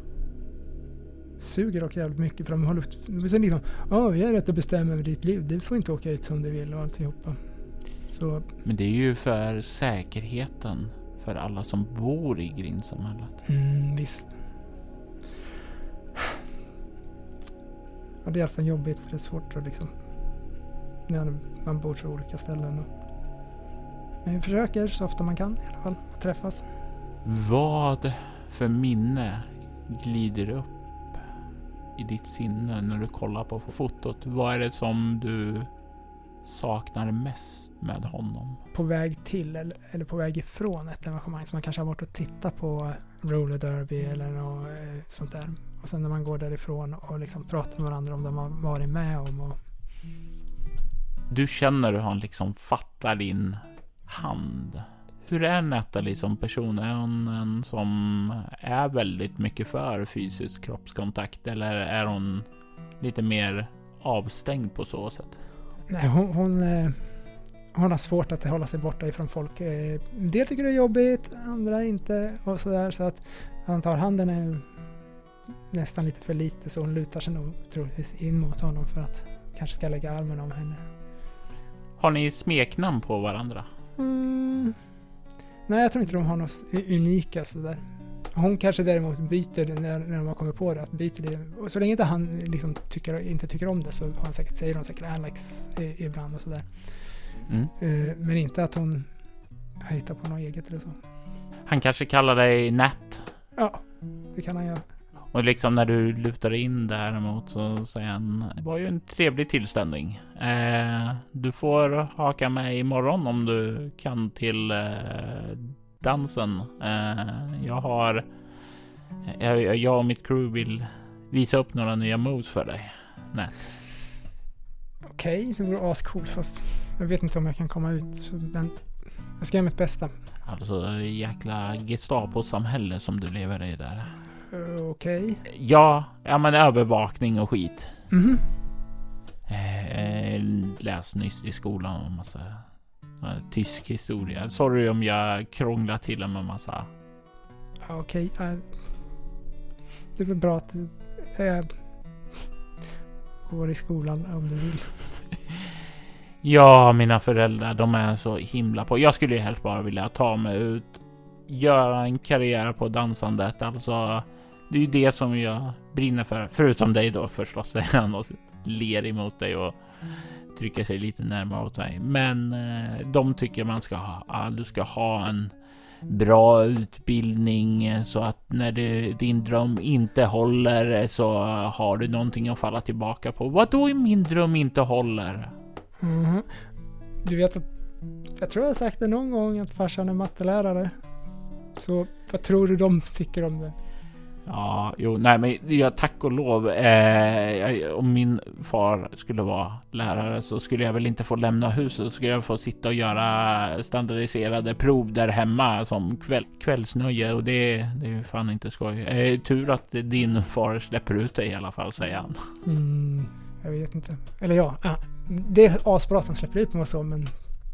Suger dock jävligt mycket för de håller så liksom, ja, vi har rätt att bestämma över ditt liv. Du får inte åka ut som du vill och alltihopa. Så. Men det är ju för säkerheten för alla som bor i grindsamhället. Mm, visst. Ja, det är i alla fall jobbigt för det är svårt att liksom när man bor så olika ställen. Och, men vi försöker så ofta man kan i alla fall att träffas. Vad för minne glider upp i ditt sinne när du kollar på fotot? Vad är det som du saknar mest med honom? På väg till eller, eller på väg ifrån ett evenemang som man kanske har varit och tittat på roller derby eller något eh, sånt där. Och sen när man går därifrån och liksom pratar med varandra om de har varit med om. Och... Du känner hur han liksom fattar din hand. Hur är Natalie som person? Är hon en som är väldigt mycket för fysisk kroppskontakt eller är hon lite mer avstängd på så sätt? Nej, hon, hon, hon har svårt att hålla sig borta ifrån folk. En del tycker det är jobbigt, andra inte och sådär. Så att han tar handen är nästan lite för lite så hon lutar sig nog troligtvis in mot honom för att kanske ska lägga armen om henne. Har ni smeknamn på varandra? Mm. Nej, jag tror inte de har något unika sådär. Hon kanske däremot byter när, när de har kommit på det. Att byter det. Och så länge inte han liksom tycker, inte tycker om det så har hon säkert, säger hon säkert Alex eh, ibland och sådär. Mm. Eh, men inte att hon hittar på något eget eller så. Han kanske kallar dig Nat. Ja, det kan han göra. Och liksom när du lutar in däremot så säger han, det var ju en trevlig tillställning. Eh, du får haka med imorgon om du kan till eh, dansen. Eh, jag har, jag, jag och mitt crew vill visa upp några nya moves för dig. Nej. Okej, okay, det vore ascoolt fast jag vet inte om jag kan komma ut. Så, men jag ska göra mitt bästa. Alltså jäkla Gestapo-samhälle som du lever i där. Uh, Okej. Okay. Ja, ja men övervakning och skit. Mhm. Eh, läs nyss i skolan och massa Tysk historia. Sorry om jag krånglar till en med massa. Okej. Okay, uh, det är väl bra att du uh, går i skolan om du vill. Ja, mina föräldrar, de är så himla på. Jag skulle ju helst bara vilja ta mig ut, göra en karriär på dansandet. Alltså, det är ju det som jag brinner för. Förutom dig då förstås, säger han och ler emot dig och trycker sig lite närmare åt mig. Men eh, de tycker man ska ha, ah, du ska ha en bra utbildning så att när det, din dröm inte håller så har du någonting att falla tillbaka på. Vad då är min dröm inte håller? Mm. Du vet att jag tror jag har sagt det någon gång att farsan är mattelärare. Så vad tror du de tycker om det? Ja, jo, nej men jag tack och lov eh, om min far skulle vara lärare så skulle jag väl inte få lämna huset, så skulle jag få sitta och göra standardiserade prov där hemma som kväll, kvällsnöje och det, det är ju fan inte skoj. Eh, tur att din far släpper ut dig i alla fall, säger han. Mm, jag vet inte. Eller ja, det är asbra att han släpper ut mig och så, men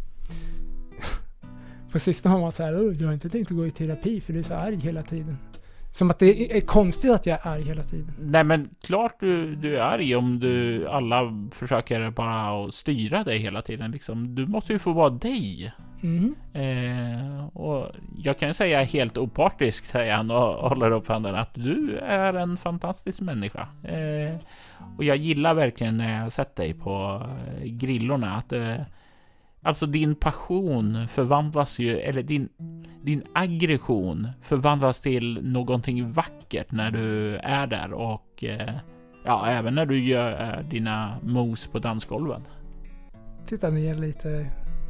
på sistone har man så här, jag har inte tänkt att gå i terapi för du är så arg hela tiden. Som att det är konstigt att jag är arg hela tiden. Nej men klart du, du är arg om du alla försöker bara att styra dig hela tiden. Liksom. Du måste ju få vara dig. Mm. Eh, och jag kan säga helt opartiskt, säger han och håller upp handen, att du är en fantastisk människa. Eh, och jag gillar verkligen när jag sett dig på grillorna att eh, alltså din passion förvandlas ju, eller din, din aggression förvandlas till någonting vackert när du är där och eh, ja, även när du gör eh, dina moves på dansgolven. Titta ner lite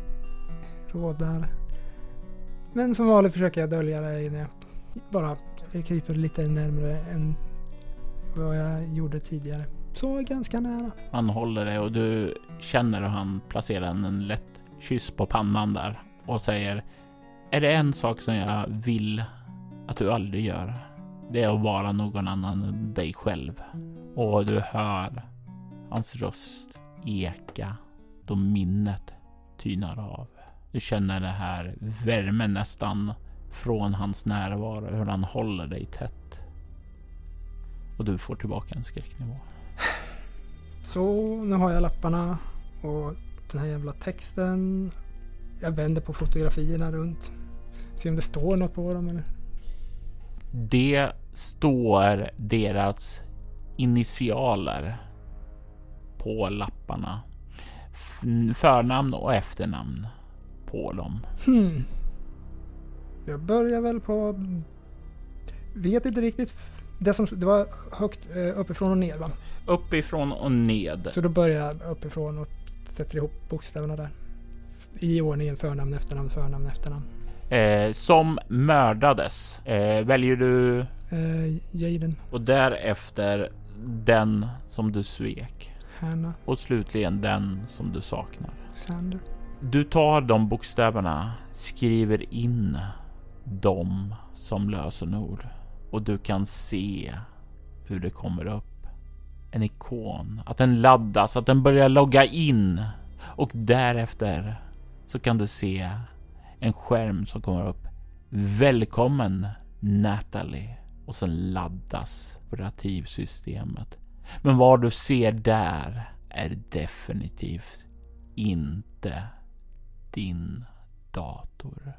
råd där. Men som vanligt försöker jag dölja det när jag bara jag kryper lite närmare än vad jag gjorde tidigare. Så ganska nära. Han håller dig och du känner hur han placerar en lätt kyss på pannan där och säger: är det en sak som jag vill att du aldrig gör, det är att vara någon annan än dig själv. Och du hör hans röst eka då minnet tynar av. Du känner det här värmen nästan från hans närvaro, hur han håller dig tätt. Och du får tillbaka en skräcknivå. Så nu har jag lapparna och den här jävla texten. Jag vänder på fotografierna runt. Se om det står något på dem eller? Det står deras initialer på lapparna. F- förnamn och efternamn på dem. Hmm. Jag börjar väl på... Vet inte riktigt. Det, som, det var högt uppifrån och ner, va? Uppifrån och ned. Så då börjar jag uppifrån och sätter ihop bokstäverna där. I ordningen förnamn, efternamn, förnamn, efternamn. Eh, som mördades. Eh, väljer du... Eh, Jaden. Och därefter den som du svek. Hanna. Och slutligen den som du saknar. Sander. Du tar de bokstäverna, skriver in dem som lösenord. Och du kan se hur det kommer upp en ikon, att den laddas, att den börjar logga in. Och därefter så kan du se en skärm som kommer upp. Välkommen Natalie. Och sen laddas operativsystemet. Men vad du ser där är definitivt inte din dator.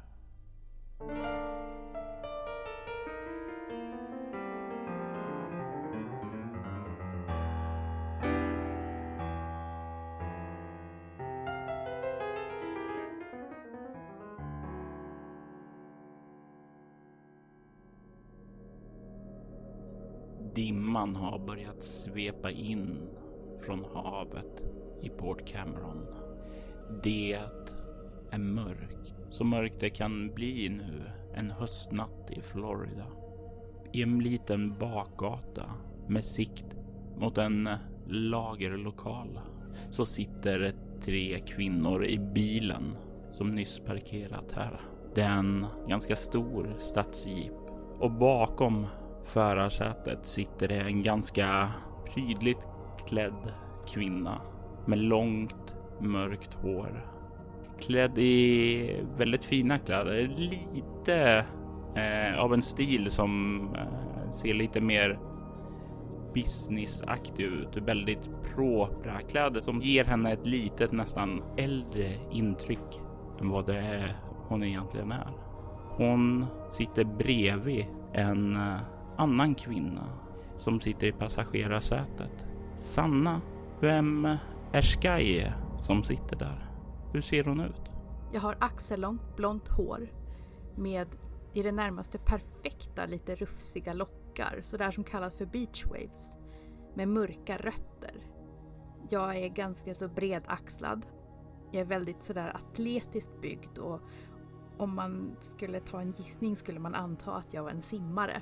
Dimman har börjat svepa in från havet i Port Cameron. Det är mörkt. Så mörkt det kan bli nu en höstnatt i Florida. I en liten bakgata med sikt mot en lagerlokal så sitter tre kvinnor i bilen som nyss parkerat här. Det är en ganska stor stadsjeep och bakom förarsätet sitter det en ganska prydligt klädd kvinna med långt mörkt hår, klädd i väldigt fina kläder. Lite eh, av en stil som eh, ser lite mer businessaktig ut. Väldigt propra kläder som ger henne ett litet, nästan äldre intryck än vad det är hon egentligen är. Hon sitter bredvid en eh, annan kvinna som sitter i passagerarsätet. Sanna, vem är Sky som sitter där? Hur ser hon ut? Jag har axellångt blont hår med i det närmaste perfekta, lite rufsiga lockar, så där som kallas för beach waves, med mörka rötter. Jag är ganska så bredaxlad. Jag är väldigt sådär atletiskt byggd, och om man skulle ta en gissning skulle man anta att jag var en simmare.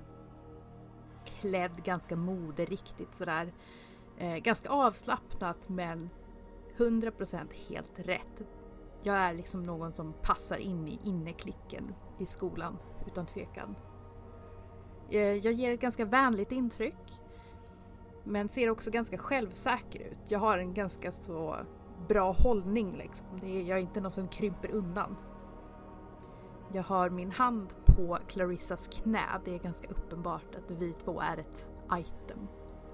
Klädd ganska moderiktigt sådär. Eh, ganska avslappnat, men hundra procent helt rätt. Jag är liksom någon som passar in i inneklicken i skolan, utan tvekan. Eh, jag ger ett ganska vänligt intryck, men ser också ganska självsäker ut. Jag har en ganska så bra hållning liksom. Det är, jag är inte någon som krymper undan. Jag har min hand på Clarissas knä. Det är ganska uppenbart att vi två är ett item.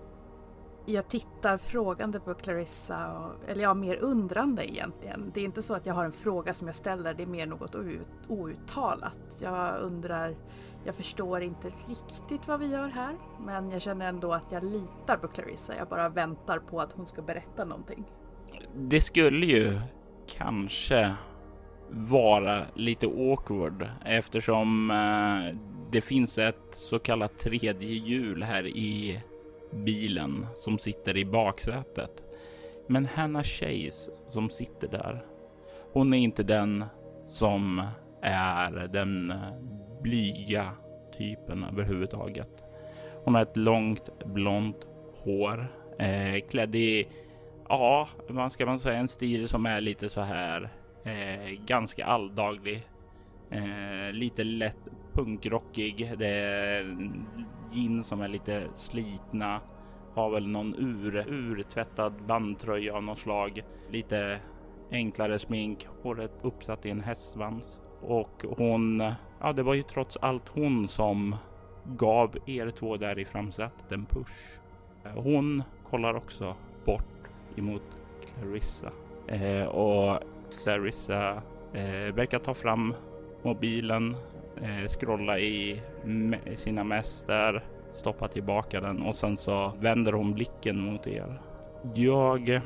Jag tittar frågande på Clarissa, och, eller ja, mer undrande egentligen. Det är inte så att jag har en fråga som jag ställer, det är mer något outtalat. Jag undrar, jag förstår inte riktigt vad vi gör här, men jag känner ändå att jag litar på Clarissa. Jag bara väntar på att hon ska berätta någonting. Det skulle ju kanske vara lite awkward eftersom eh, det finns ett så kallat tredje hjul här i bilen som sitter i baksätet. Men Hannah Chase som sitter där, hon är inte den som är den blyga typen överhuvudtaget. Hon har ett långt blont hår, eh, klädd i, ja, vad ska man säga, en stil som är lite så här eh, ganska alldaglig. Eh, lite lätt punkrockig. Det är jeans som är lite slitna. Har väl någon ur, urtvättad bandtröja av något slag. Lite enklare smink. Håret uppsatt i en hästsvans. Och hon, ja, det var ju trots allt hon som gav er två där i framsätet en push. Hon kollar också bort emot Clarissa. Eh, och Clarissa eh, verkar ta fram mobilen, eh, scrolla i me- sina mäster, stoppa tillbaka den och sen så vänder hon blicken mot er. Jag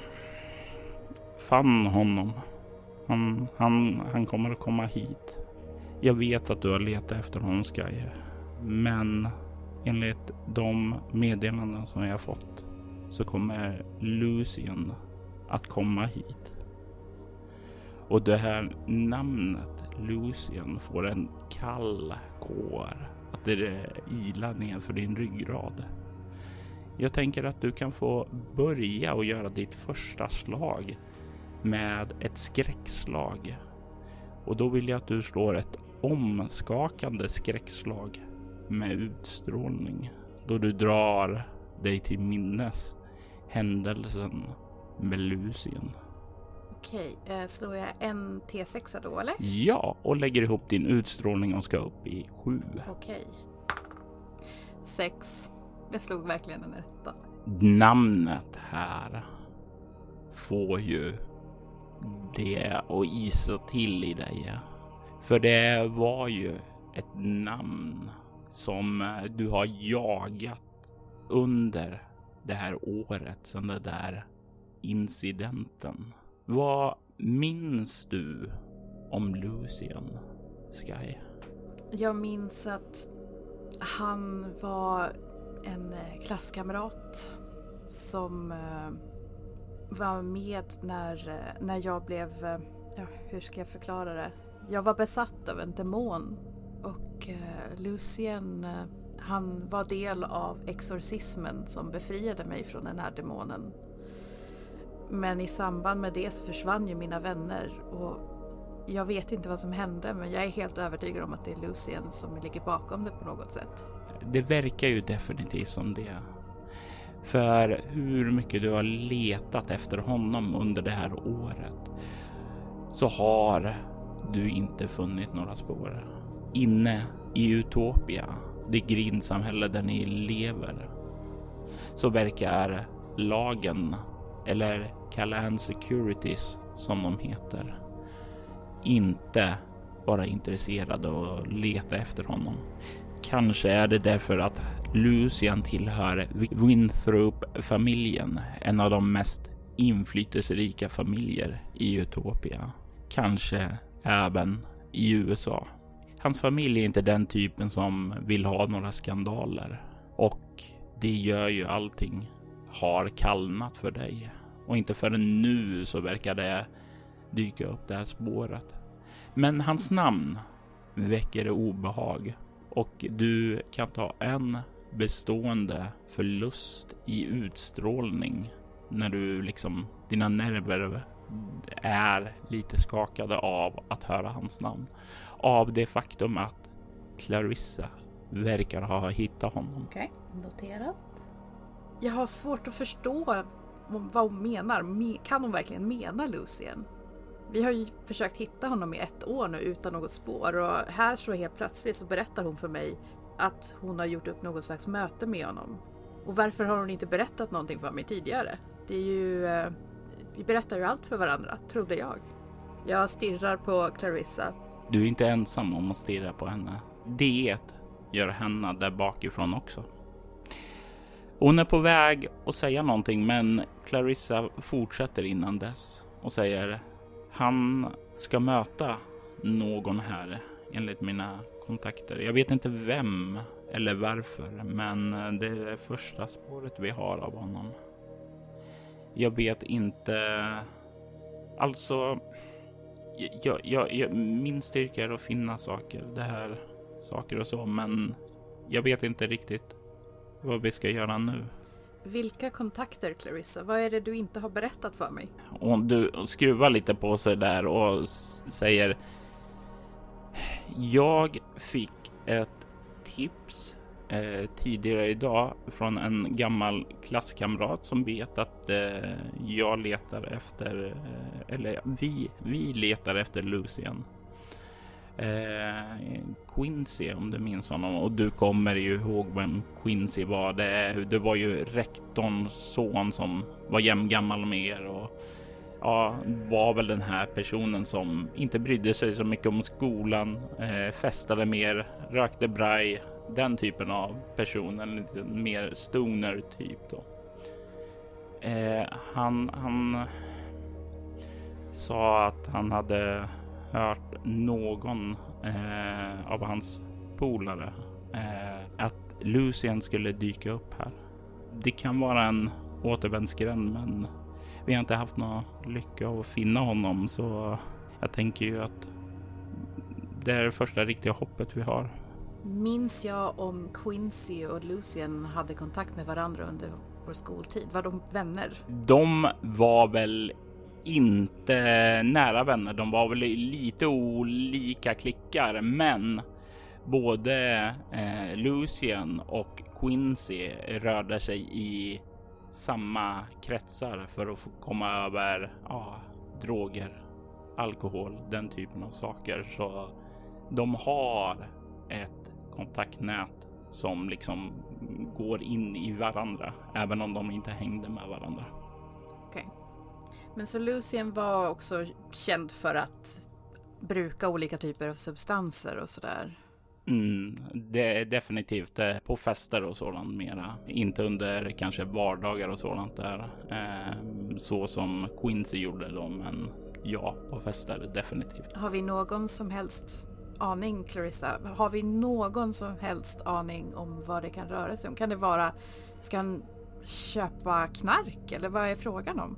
fann honom. Han, han, han kommer att komma hit. Jag vet att du har letat efter honom, Sky. Men enligt de meddelanden som jag har fått så kommer Lucien att komma hit. Och det här namnet Lucien får en kall kår att det ilar ner för din ryggrad. Jag tänker att du kan få börja och göra ditt första slag med ett skräckslag. Och då vill jag att du slår ett omskakande skräckslag med utstrålning. Då du drar dig till minnes händelsen med Lucien. Okej, eh, slår jag en T sex då eller? Ja, och lägger ihop din utstrålning och ska upp i sju. Okej. Sex. Jag slog verkligen en etta. Namnet här får ju det att isa till i dig. För det var ju ett namn som du har jagat under det här året sedan det där incidenten. Vad minns du om Lucien, Sky? Jag minns att han var en klasskamrat som var med när, när jag blev, ja, hur ska jag förklara det? Jag var besatt av en demon och Lucien, han var del av exorcismen som befriade mig från den här demonen. Men i samband med det så försvann ju mina vänner och jag vet inte vad som hände, men jag är helt övertygad om att det är Lucien som ligger bakom det på något sätt. Det verkar ju definitivt som det. För hur mycket du har letat efter honom under det här året. så har du inte funnit några spår. Inne i Utopia, det grindsamhälle där ni lever, så verkar lagen, eller Callan Securities som de heter, inte vara intresserade av att leta efter honom. Kanske är det därför att Lucian tillhör Winthrop-familjen, en av de mest inflytelserika familjer i Utopia. Kanske även i U S A. Hans familj är inte den typen som vill ha några skandaler, och det gör ju allting har kallnat för dig. Och inte förrän nu så verkar det dyka upp det här spåret. Men hans namn väcker obehag, och du kan ta en bestående förlust i utstrålning när du liksom, dina nerver är lite skakade av att höra hans namn. Av det faktum att Clarissa verkar ha hittat honom. Okej, okay, noterat. Jag har svårt att förstå vad hon menar. Kan hon verkligen mena Lucian? Vi har ju försökt hitta honom i ett år nu utan något spår, och här så helt plötsligt så berättar hon för mig att hon har gjort upp något slags möte med honom. Och varför har hon inte berättat någonting för mig tidigare? Det är ju... Eh, vi berättar ju allt för varandra, trodde jag. Jag stirrar på Clarissa. Du är inte ensam om att stirra på henne. Det gör henne där bakifrån också. Hon är på väg att säga någonting, men Clarissa fortsätter innan dess och säger: han ska möta någon här enligt mina kontakter. Jag vet inte vem eller varför, men det är det första spåret vi har av honom. Jag vet inte... Alltså... Jag, jag, jag, min styrka är att finna saker, det här saker och så, men jag vet inte riktigt vad vi ska göra nu. Vilka kontakter, Clarissa? Vad är det du inte har berättat för mig? Och du skruvar lite på sig där och s- säger: jag fick ett tips eh, tidigare idag från en gammal klasskamrat som vet att eh, jag letar efter, eh, eller vi, vi letar efter Lucian. Eh, Quincy, om du minns honom, och du kommer ju ihåg vem Quincy var. Det, det var ju rektorns son som var jämngammal med er, och ja, var väl den här personen som inte brydde sig så mycket om skolan, eh, festade mer, rökte braj, den typen av person, en lite mer stoner typ då. Eh, han, han sa att han hade hört någon eh, av hans polare eh, att Lucian skulle dyka upp här. Det kan vara en återvändsgränd, men vi har inte haft någon lycka att finna honom, så jag tänker ju att det är det första riktiga hoppet vi har. Minns jag om Quincy och Lucian hade kontakt med varandra under vår skoltid? Var de vänner? De var väl inte nära vänner. De var väl lite olika klickar, men både eh, Lucian och Quincy rörde sig i samma kretsar för att få komma över ja, droger, alkohol, den typen av saker. Så de har ett kontaktnät som liksom går in i varandra, även om de inte hängde med varandra. Okej. Okay. Men så Lucian var också känd för att bruka olika typer av substanser och sådär? Mm, det är definitivt på fester och sådant mera. Inte under kanske vardagar och sådant där. Eh, så som Quincy gjorde då, men ja, på fester definitivt. Har vi någon som helst aning, Clarissa? Har vi någon som helst aning om vad det kan röra sig om? Kan det vara, ska han köpa knark eller vad är frågan om?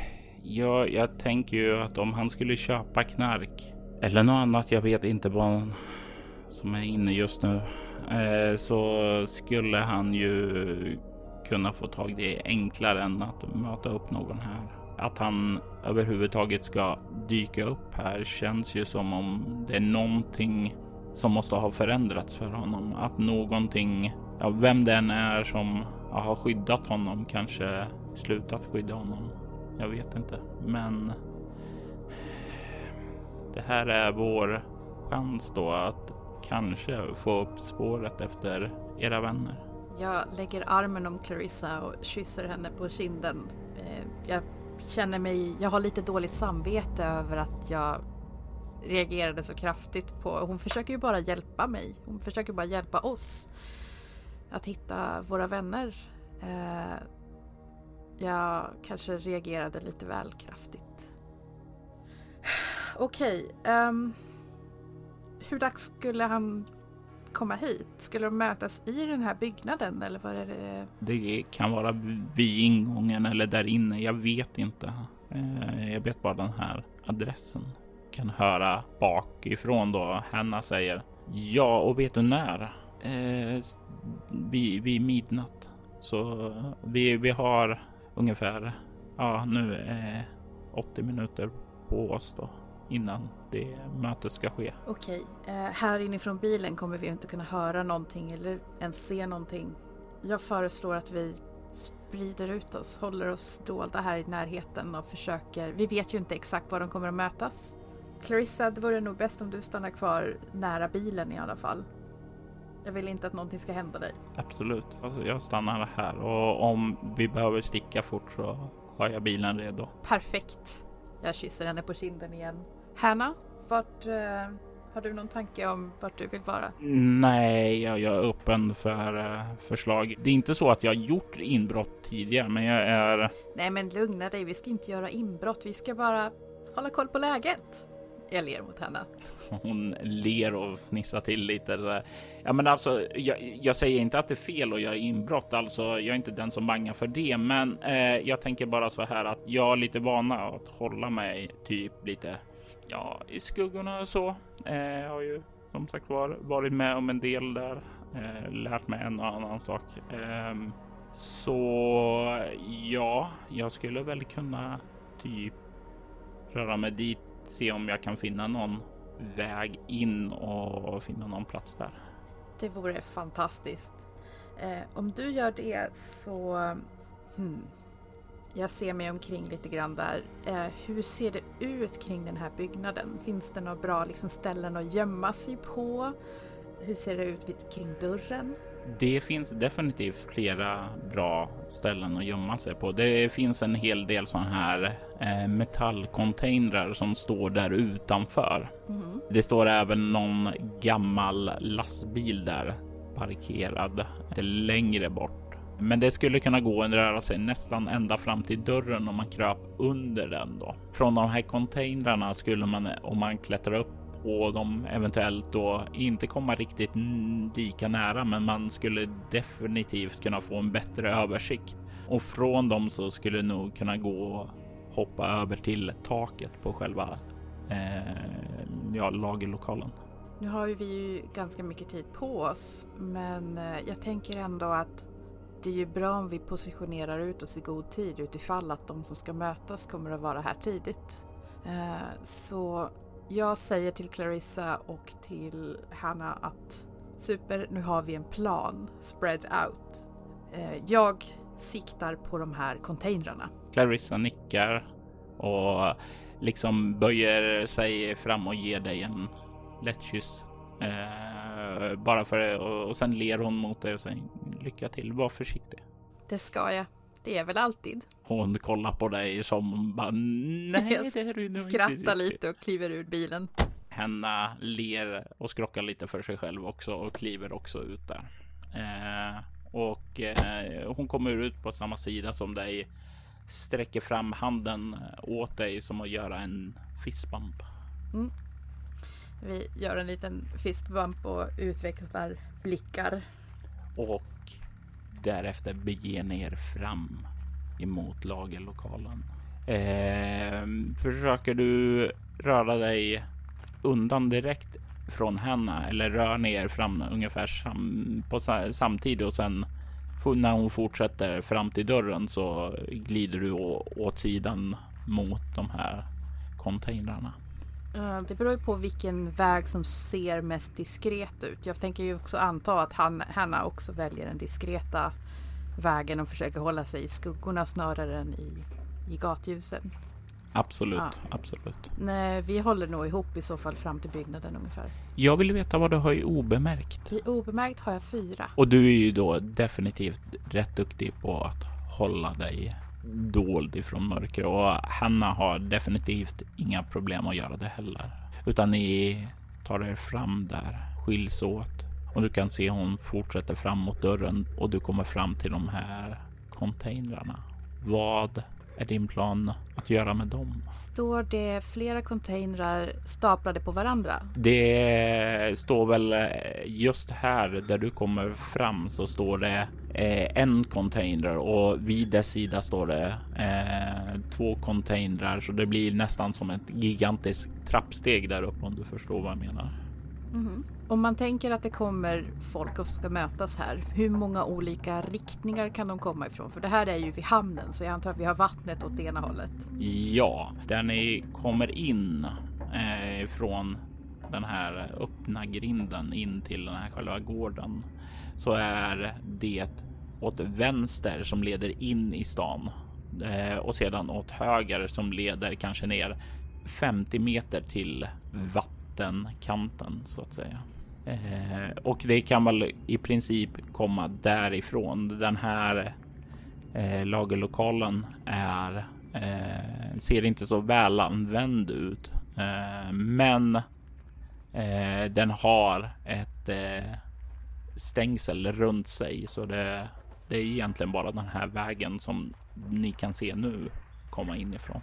Ja, jag tänker ju att om han skulle köpa knark eller något annat, jag vet inte vad som är inne just nu, eh, så skulle han ju kunna få tag i det enklare än att möta upp någon här. Att han överhuvudtaget ska dyka upp här känns ju som om det är någonting som måste ha förändrats för honom. Att någonting, ja, vem det än är som ja, har skyddat honom, kanske slutat skydda honom. Jag vet inte, men Det här är vår chans då att kanske få upp spåret efter era vänner. Jag lägger armen om Clarissa och kysser henne på kinden. Eh, jag känner mig, jag har lite dåligt samvete över att jag reagerade så kraftigt på. Hon försöker ju bara hjälpa mig. Hon försöker bara hjälpa oss att hitta våra vänner. Eh, jag kanske reagerade lite väl kraftigt. Okej. Okay, um, hur dags skulle han komma hit? Skulle de mötas i den här byggnaden eller vad är det? Det kan vara vid ingången eller där inne. Jag vet inte. Eh, jag vet bara den här adressen. Kan höra bakifrån då. Hanna säger ja, och vet du när? Eh, vid, vid midnatt. Så vi, vi har ungefär ja, nu är åttio minuter på oss då innan det mötet ska ske. Okej, eh, här inifrån bilen kommer vi inte kunna höra någonting eller ens se någonting. Jag föreslår att vi sprider ut oss, håller oss dolda här i närheten och försöker. Vi vet ju inte exakt var de kommer att mötas. Clarissa, det vore nog bäst om du stannar kvar nära bilen i alla fall. Jag vill inte att någonting ska hända dig. Absolut, alltså, jag stannar här och om vi behöver sticka fort så har jag bilen redo. Perfekt. Jag kysser henne på kinden igen. Hanna, vart, uh, har du någon tanke om vart du vill vara? Nej, jag, jag är öppen för uh, förslag. Det är inte så att jag har gjort inbrott tidigare, men jag är... Nej, men lugna dig. Vi ska inte göra inbrott. Vi ska bara hålla koll på läget. Jag ler mot henne. Hon ler och fnissar till lite. Ja, men alltså, jag, jag säger inte att det är fel att göra inbrott. Alltså, jag är inte den som bangar för det. Men eh, jag tänker bara så här att jag är lite vana att hålla mig typ lite ja, i skuggorna och så. Eh, jag har ju som sagt var, varit med om en del där. Eh, lärt mig en och annan sak. Eh, så ja, jag skulle väl kunna typ röra mig dit. Se om jag kan finna någon väg in och finna någon plats där. Det vore fantastiskt. Eh, om du gör det så... Hmm, jag ser mig omkring lite grann där. Eh, hur ser det ut kring den här byggnaden? Finns det några bra liksom, ställen att gömma sig på? Hur ser det ut vid, kring dörren? Det finns definitivt flera bra ställen att gömma sig på. Det finns en hel del sådana här eh, metallcontainrar som står där utanför. Mm. Det står även någon gammal lastbil där parkerad lite längre bort. Men det skulle kunna gå att röra sig nästan ända fram till dörren om man kröp under den då. Från de här containrarna skulle man, om man klättrar upp och de eventuellt då inte komma riktigt lika nära, men man skulle definitivt kunna få en bättre översikt. Och från dem så skulle det nog kunna gå och hoppa över till taket på själva eh, ja, lagerlokalen. Nu har vi ju ganska mycket tid på oss, men jag tänker ändå att det är ju bra om vi positionerar ut oss i god tid utifall att de som ska mötas kommer att vara här tidigt. Eh, så jag säger till Clarissa och till Hanna att super, nu har vi en plan. Spread out. Eh, jag siktar på de här containrarna. Clarissa nickar och liksom böjer sig fram och ger dig en lätt kyss. Eh, bara för och, och sen ler hon mot dig och säger lycka till, var försiktig. Det ska jag. Det är väl alltid. Hon kollar på dig som bara, nej, det är du nog inte. Skrattar lite och kliver ur bilen. Hanna ler och skrockar lite för sig själv också och kliver också ut där. Eh, och eh, hon kommer ut på samma sida som dig, sträcker fram handen åt dig som att göra en fistbump. Mm. Vi gör en liten fistbump och utvecklar blickar. Och därefter beger ni er fram emot lagerlokalen. Eh, försöker du röra dig undan direkt från henne eller rör ni er fram ungefär sam, på samtidigt och sen när hon fortsätter fram till dörren så glider du å, åt sidan mot de här containrarna? Uh, det beror ju på vilken väg som ser mest diskret ut. Jag tänker ju också anta att han, Hanna också väljer den diskreta vägen och försöker hålla sig i skuggorna snarare än i, i gatljusen. Absolut, Ja. absolut. Nej, vi håller nog ihop i så fall fram till byggnaden ungefär. Jag vill veta vad du har i obemärkt. I obemärkt har jag fyra. Och du är ju då definitivt rätt duktig på att hålla dig dold ifrån mörker. Och Hanna har definitivt inga problem att göra det heller. Utan ni tar er fram där, skiljs åt. Och du kan se hon fortsätter fram mot dörren och du kommer fram till de här containrarna. Vad är din plan att göra med dem? Står det flera containrar staplade på varandra? Det står väl just här där du kommer fram så står det eh, en container och vid dess sida står det eh, två containrar, så det blir nästan som ett gigantiskt trappsteg där uppe, om du förstår vad jag menar. Mm-hmm. Om man tänker att det kommer folk och ska mötas här, hur många olika riktningar kan de komma ifrån? För det här är ju vid hamnen, så jag antar att vi har vattnet åt det ena hållet. Ja, där ni kommer in eh, från den här öppna grinden in till den här själva gården, så är det åt vänster som leder in i stan eh, och sedan åt höger som leder kanske ner femtio meter till vattenkanten så att säga. Eh, och det kan väl i princip komma därifrån. Den här eh, lagerlokalen är eh, ser inte så väl använd ut, eh, men eh, den har ett eh, stängsel runt sig, så det, det är egentligen bara den här vägen som ni kan se nu komma inifrån.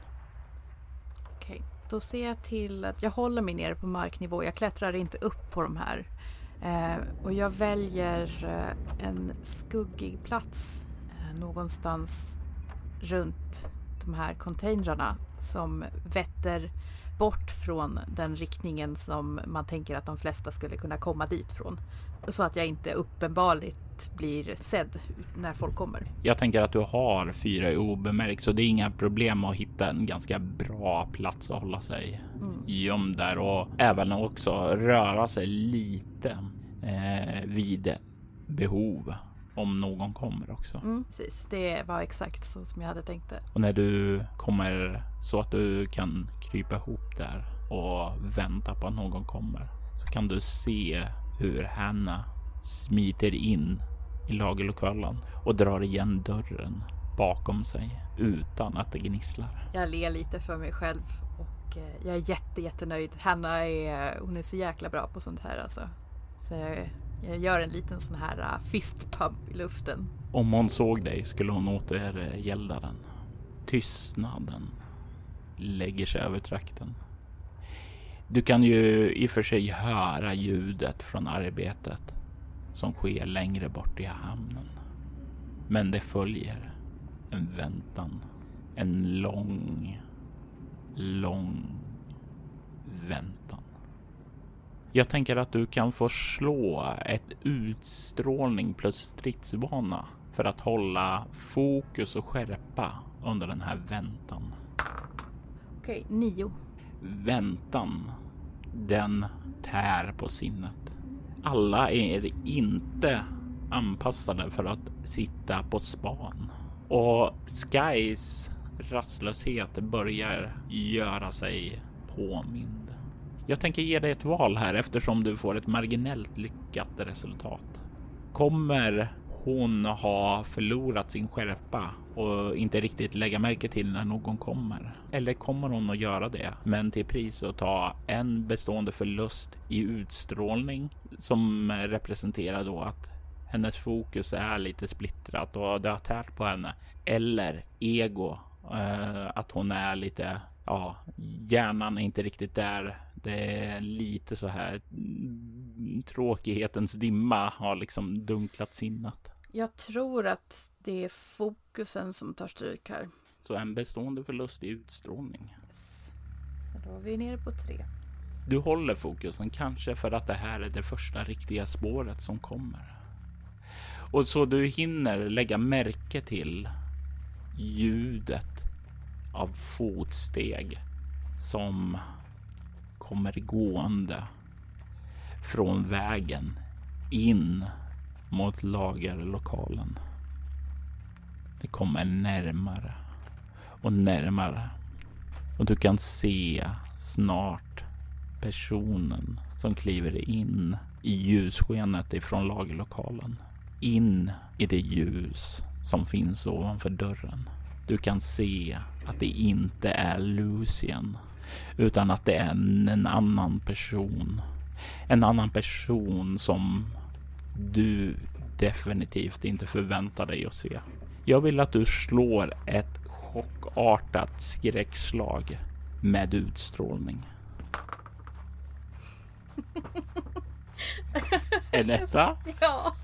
Okej, då ser jag till att jag håller mig nere på marknivå. Jag klättrar inte upp på de här. Eh, och jag väljer eh, en skuggig plats eh, någonstans runt de här containrarna som vetter bort från den riktningen som man tänker att de flesta skulle kunna komma dit från. Så att jag inte uppenbarligt blir sedd när folk kommer. Jag tänker att du har fyra i obemärkt, så det är inga problem att hitta en ganska bra plats att hålla sig mm. gömd där, och även också röra sig lite eh, vid behov om någon kommer också. Mm, precis, det var exakt så som jag hade tänkt det. Och när du kommer så att du kan krypa ihop där och vänta på att någon kommer, så kan du se hur Hanna smiter in i lagerlokalen och drar igen dörren bakom sig utan att det gnisslar. Jag ler lite för mig själv och eh, jag är jätte, jättenöjd. Hanna är, hon är så jäkla bra på sånt här alltså. Så jag, jag gör en liten sån här uh, fist pump i luften. Om hon såg dig skulle hon återgälda den. Tystnaden lägger sig över trakten. Du kan ju i och för sig höra ljudet från arbetet som sker längre bort i hamnen. Men det följer en väntan. En lång, lång väntan. Jag tänker att du kan få slå ett utstrålning plus stridsvana för att hålla fokus och skärpa under den här väntan. Okej, nio. Väntan, den tär på sinnet. Alla är inte anpassade för att sitta på span. Och Skys rastlöshet börjar göra sig påmind. Jag tänker ge dig ett val här eftersom du får ett marginellt lyckat resultat. Kommer hon ha förlorat sin skärpa och inte riktigt lägga märke till när någon kommer? Eller kommer hon att göra det, men till pris att ta en bestående förlust i utstrålning som representerar då att hennes fokus är lite splittrat och det har tärt på henne? Eller ego, eh, att hon är lite, ja, hjärnan är inte riktigt där. Det är lite så här tråkighetens dimma har liksom dunklat sinnat. Jag tror att det är fokusen som tar stryk här. Så en bestående förlust i utstrålning. Yes. Så då är vi nere på tre. Du håller fokusen kanske för att det här är det första riktiga spåret som kommer. Och så du hinner lägga märke till ljudet av fotsteg som kommer gående från vägen in mot lagerlokalen. Det kommer närmare och närmare. Och du kan se snart personen som kliver in i ljusskenet ifrån lagerlokalen. In i det ljus som finns ovanför dörren. Du kan se att det inte är Lucien, utan att det är en, en annan person. En annan person som du definitivt inte förväntar dig att se. Jag vill att du slår ett chockartat skräckslag med utstrålning. Är detta? Ja.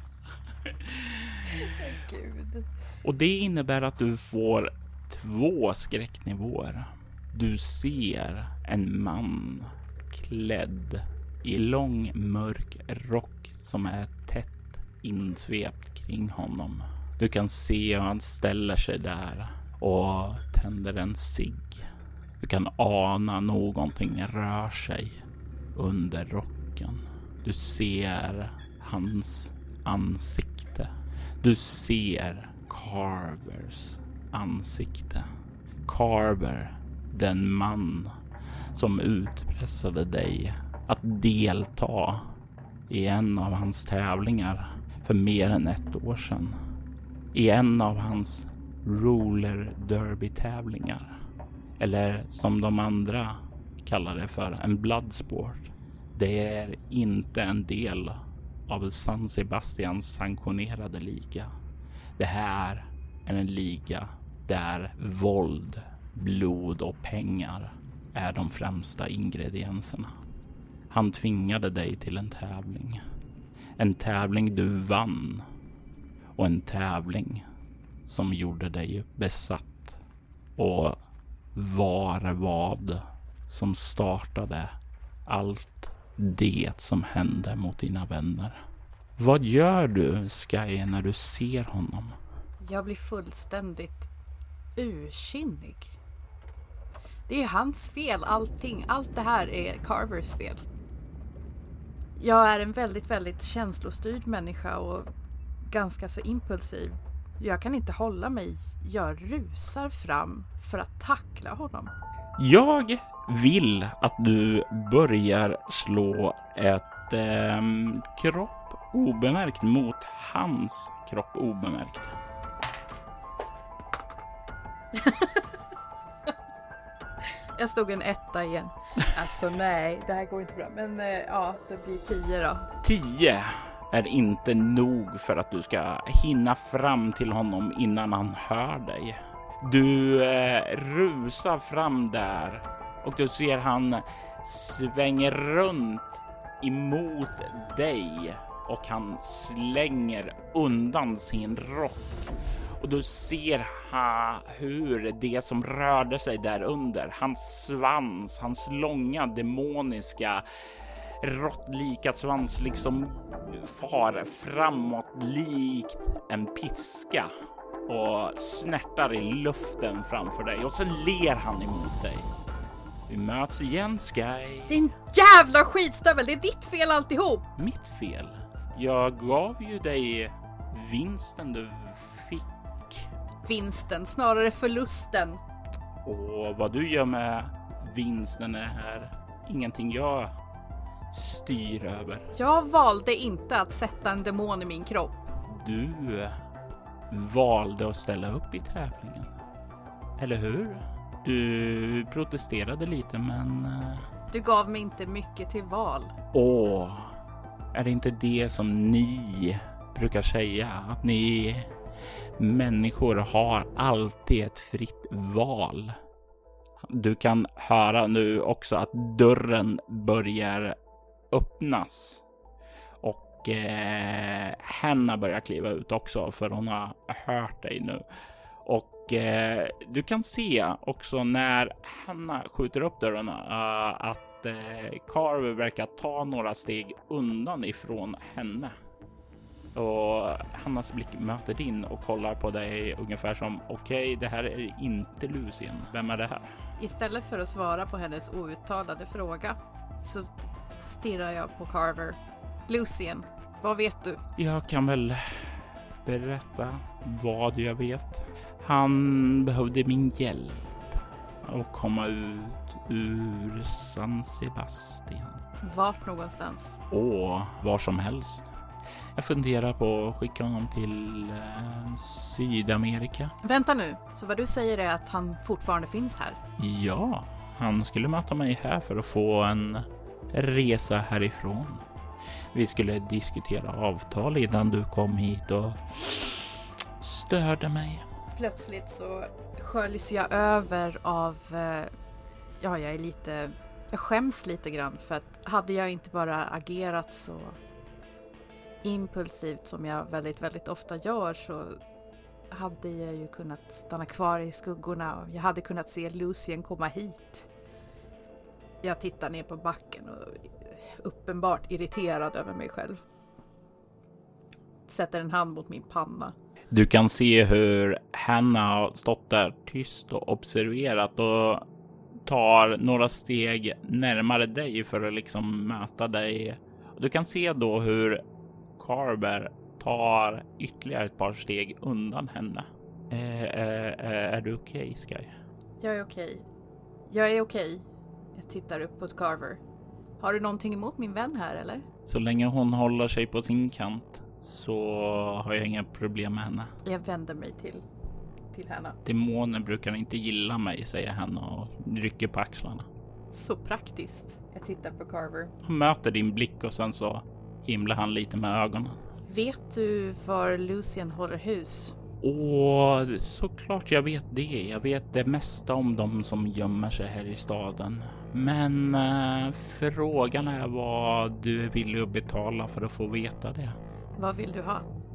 Gud. Och det innebär att du får två skräcknivåer. Du ser en man klädd i lång mörk rock som är tätt insvept kring honom. Du kan se hur han ställer sig där och tänder en cigg. Du kan ana någonting rör sig under rocken. Du ser hans ansikte. Du ser Carvers ansikte. Carver, den man som utpressade dig att delta i en av hans tävlingar för mer än ett år sedan. I en av hans roller derby tävlingar. Eller som de andra kallar det för, en bloodsport. Det är inte en del av San Sebastians sanktionerade liga. Det här är en liga där våld, blod och pengar är de främsta ingredienserna. Han tvingade dig till en tävling. En tävling du vann. Och en tävling som gjorde dig besatt. Och var vad som startade allt det som hände mot dina vänner. Vad gör du, Sky, när du ser honom? Jag blir fullständigt ursinnig. Det är ju hans fel, allting. Allt det här är Carvers fel. Jag är en väldigt, väldigt känslostyrd människa och ganska så impulsiv. Jag kan inte hålla mig. Jag rusar fram för att tackla honom. Jag vill att du börjar slå ett eh, kropp obemärkt mot hans kropp obemärkt. Jag stod en etta igen. Alltså nej, det här går inte bra. Men eh, ja, det blir tio då. Tio är inte nog för att du ska hinna fram till honom innan han hör dig. Du eh, rusar fram där och du ser han svänger runt emot dig och han slänger undan sin rock. Och du ser ha, hur det som rörde sig där under, hans svans, hans långa demoniska råttlika svans liksom far framåt likt en piska och snärtar i luften framför dig. Och sen ler han emot dig. Vi möts igen, Sky. Din jävla skitstövel, det är ditt fel alltihop. Mitt fel? Jag gav ju dig vinsten du fick. Vinsten, snarare förlusten. Och vad du gör med vinsten är ingenting jag styr över. Jag valde inte att sätta en demon i min kropp. Du valde att ställa upp i tävlingen. Eller hur? Du protesterade lite, men... Du gav mig inte mycket till val. Åh, är det inte det som ni brukar säga? Att ni människor har alltid ett fritt val. Du kan höra nu också att dörren börjar öppnas. Och eh, Hanna börjar kliva ut också, för hon har hört dig nu. Och eh, du kan se också när Hanna skjuter upp dörren uh, att eh, Carver verkar ta några steg undan ifrån henne. Och Hannas blick möter din och kollar på dig ungefär som okej, okay, det här är inte Lucien. Vem är det här? Istället för att svara på hennes outtalade fråga så stirrar jag på Carver. Lucien, vad vet du? Jag kan väl berätta vad jag vet. Han behövde min hjälp. att komma ut ur San Sebastian. Vart någonstans? Och var som helst. Jag funderar på att skicka honom till eh, Sydamerika. Vänta nu, så vad du säger är att han fortfarande finns här? Ja, han skulle möta mig här för att få en resa härifrån. Vi skulle diskutera avtal innan du kom hit och störde mig. Plötsligt så sköljs jag över av, eh, ja jag är lite, jag skäms lite grann för att hade jag inte bara agerat så impulsivt som jag väldigt, väldigt ofta gör så hade jag ju kunnat stanna kvar i skuggorna och jag hade kunnat se Lucien komma hit. Jag tittar ner på backen och uppenbart irriterad över mig själv. Sätter en hand mot min panna. Du kan se hur Hanna har stått där tyst och observerat och tar några steg närmare dig för att liksom möta dig. Du kan se då hur Carver tar ytterligare ett par steg undan henne. Eh, eh, är du okej, okay, Sky? Jag är okej. Okay. Jag är okej. Okay. Jag tittar upp på Carver. Har du någonting emot min vän här eller? Så länge hon håller sig på sin kant så har jag inga problem med henne. Jag vänder mig till, till henne. Demoner brukar inte gilla mig, säger henne och rycker på axlarna. Så praktiskt. Jag tittar på Carver. Han möter din blick och sen så himlar han lite med ögonen. Vet du var Lucien håller hus? Åh, såklart jag vet det. Jag vet det mesta om dem som gömmer sig här i staden. Men äh, frågan är vad du är villig att betala för att få veta det. Vad vill du ha?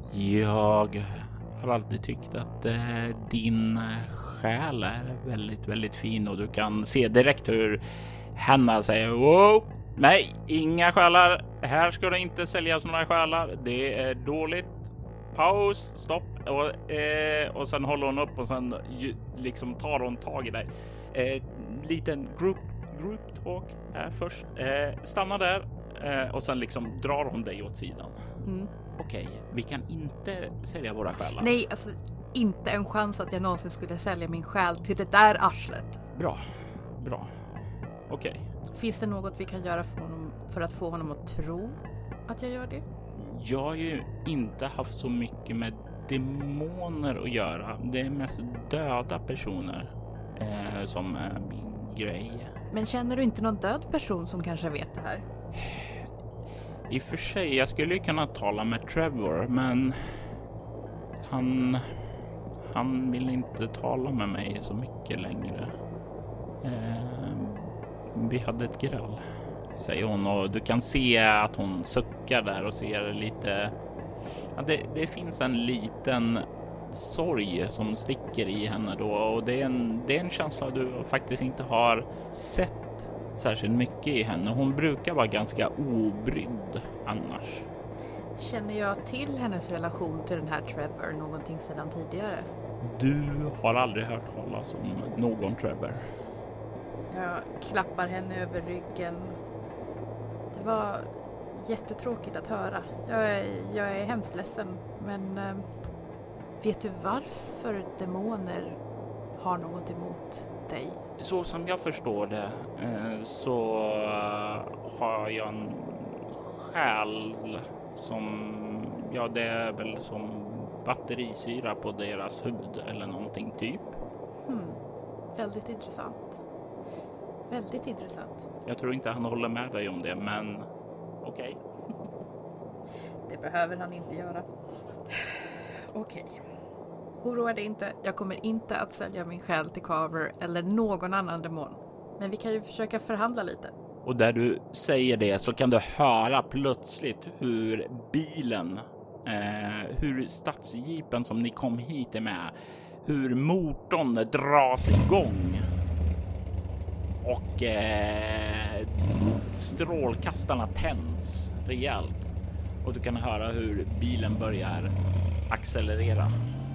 Jag har alltid tyckt att äh, din själ är väldigt, väldigt fin och du kan se direkt hur Hanna säger wow, nej, inga själar. Här ska det inte säljas några själar. Det är dåligt. Paus, stopp. Och, eh, och sen håller hon upp och sen ju, liksom tar hon tag i dig. Eh, liten group, group talk här först. Eh, stanna där eh, och sen liksom drar hon dig åt sidan. Mm. Okej, vi kan inte sälja våra själar. Nej, alltså inte en chans att jag någonsin skulle sälja min själ till det där arslet. Bra, bra. Okej. Finns det något vi kan göra för, honom, för att få honom att tro att jag gör det? Jag har ju inte haft så mycket med demoner att göra. Det är mest döda personer eh, som är min grej. Men känner du inte någon död person som kanske vet det här? I och för sig, jag skulle ju kunna tala med Trevor, men han, han vill inte tala med mig så mycket längre. Eh, vi hade ett gräl, säger hon, och du kan se att hon suckar där och ser lite... Ja, det, det finns en liten sorg som sticker i henne då, och det är en, det är en känsla du faktiskt inte har sett särskilt mycket i henne. Hon brukar vara ganska obrydd annars. Känner jag till hennes relation till den här Trevor någonting sedan tidigare? Du har aldrig hört talas om någon Trevor. Jag klappar henne över ryggen. Det var jättetråkigt att höra. Jag är, jag är hemskt ledsen. Men äh, vet du varför demoner har något emot dig? Så som jag förstår det eh, så har jag en själ som, ja det är väl som batterisyra på deras huvud eller någonting typ. Hmm. Väldigt intressant. Väldigt intressant. Jag tror inte han håller med dig om det, men okej. Okay. Det behöver han inte göra. Okej. Okay. Oroa dig inte. Jag kommer inte att sälja min själ till Carver eller någon annan demon. Men vi kan ju försöka förhandla lite. Och där du säger det så kan du höra plötsligt hur bilen, eh, hur stadsjeepen som ni kom hit med, hur motorn dras igång. Och eh, strålkastarna tänds rejält. Och du kan höra hur bilen börjar accelerera.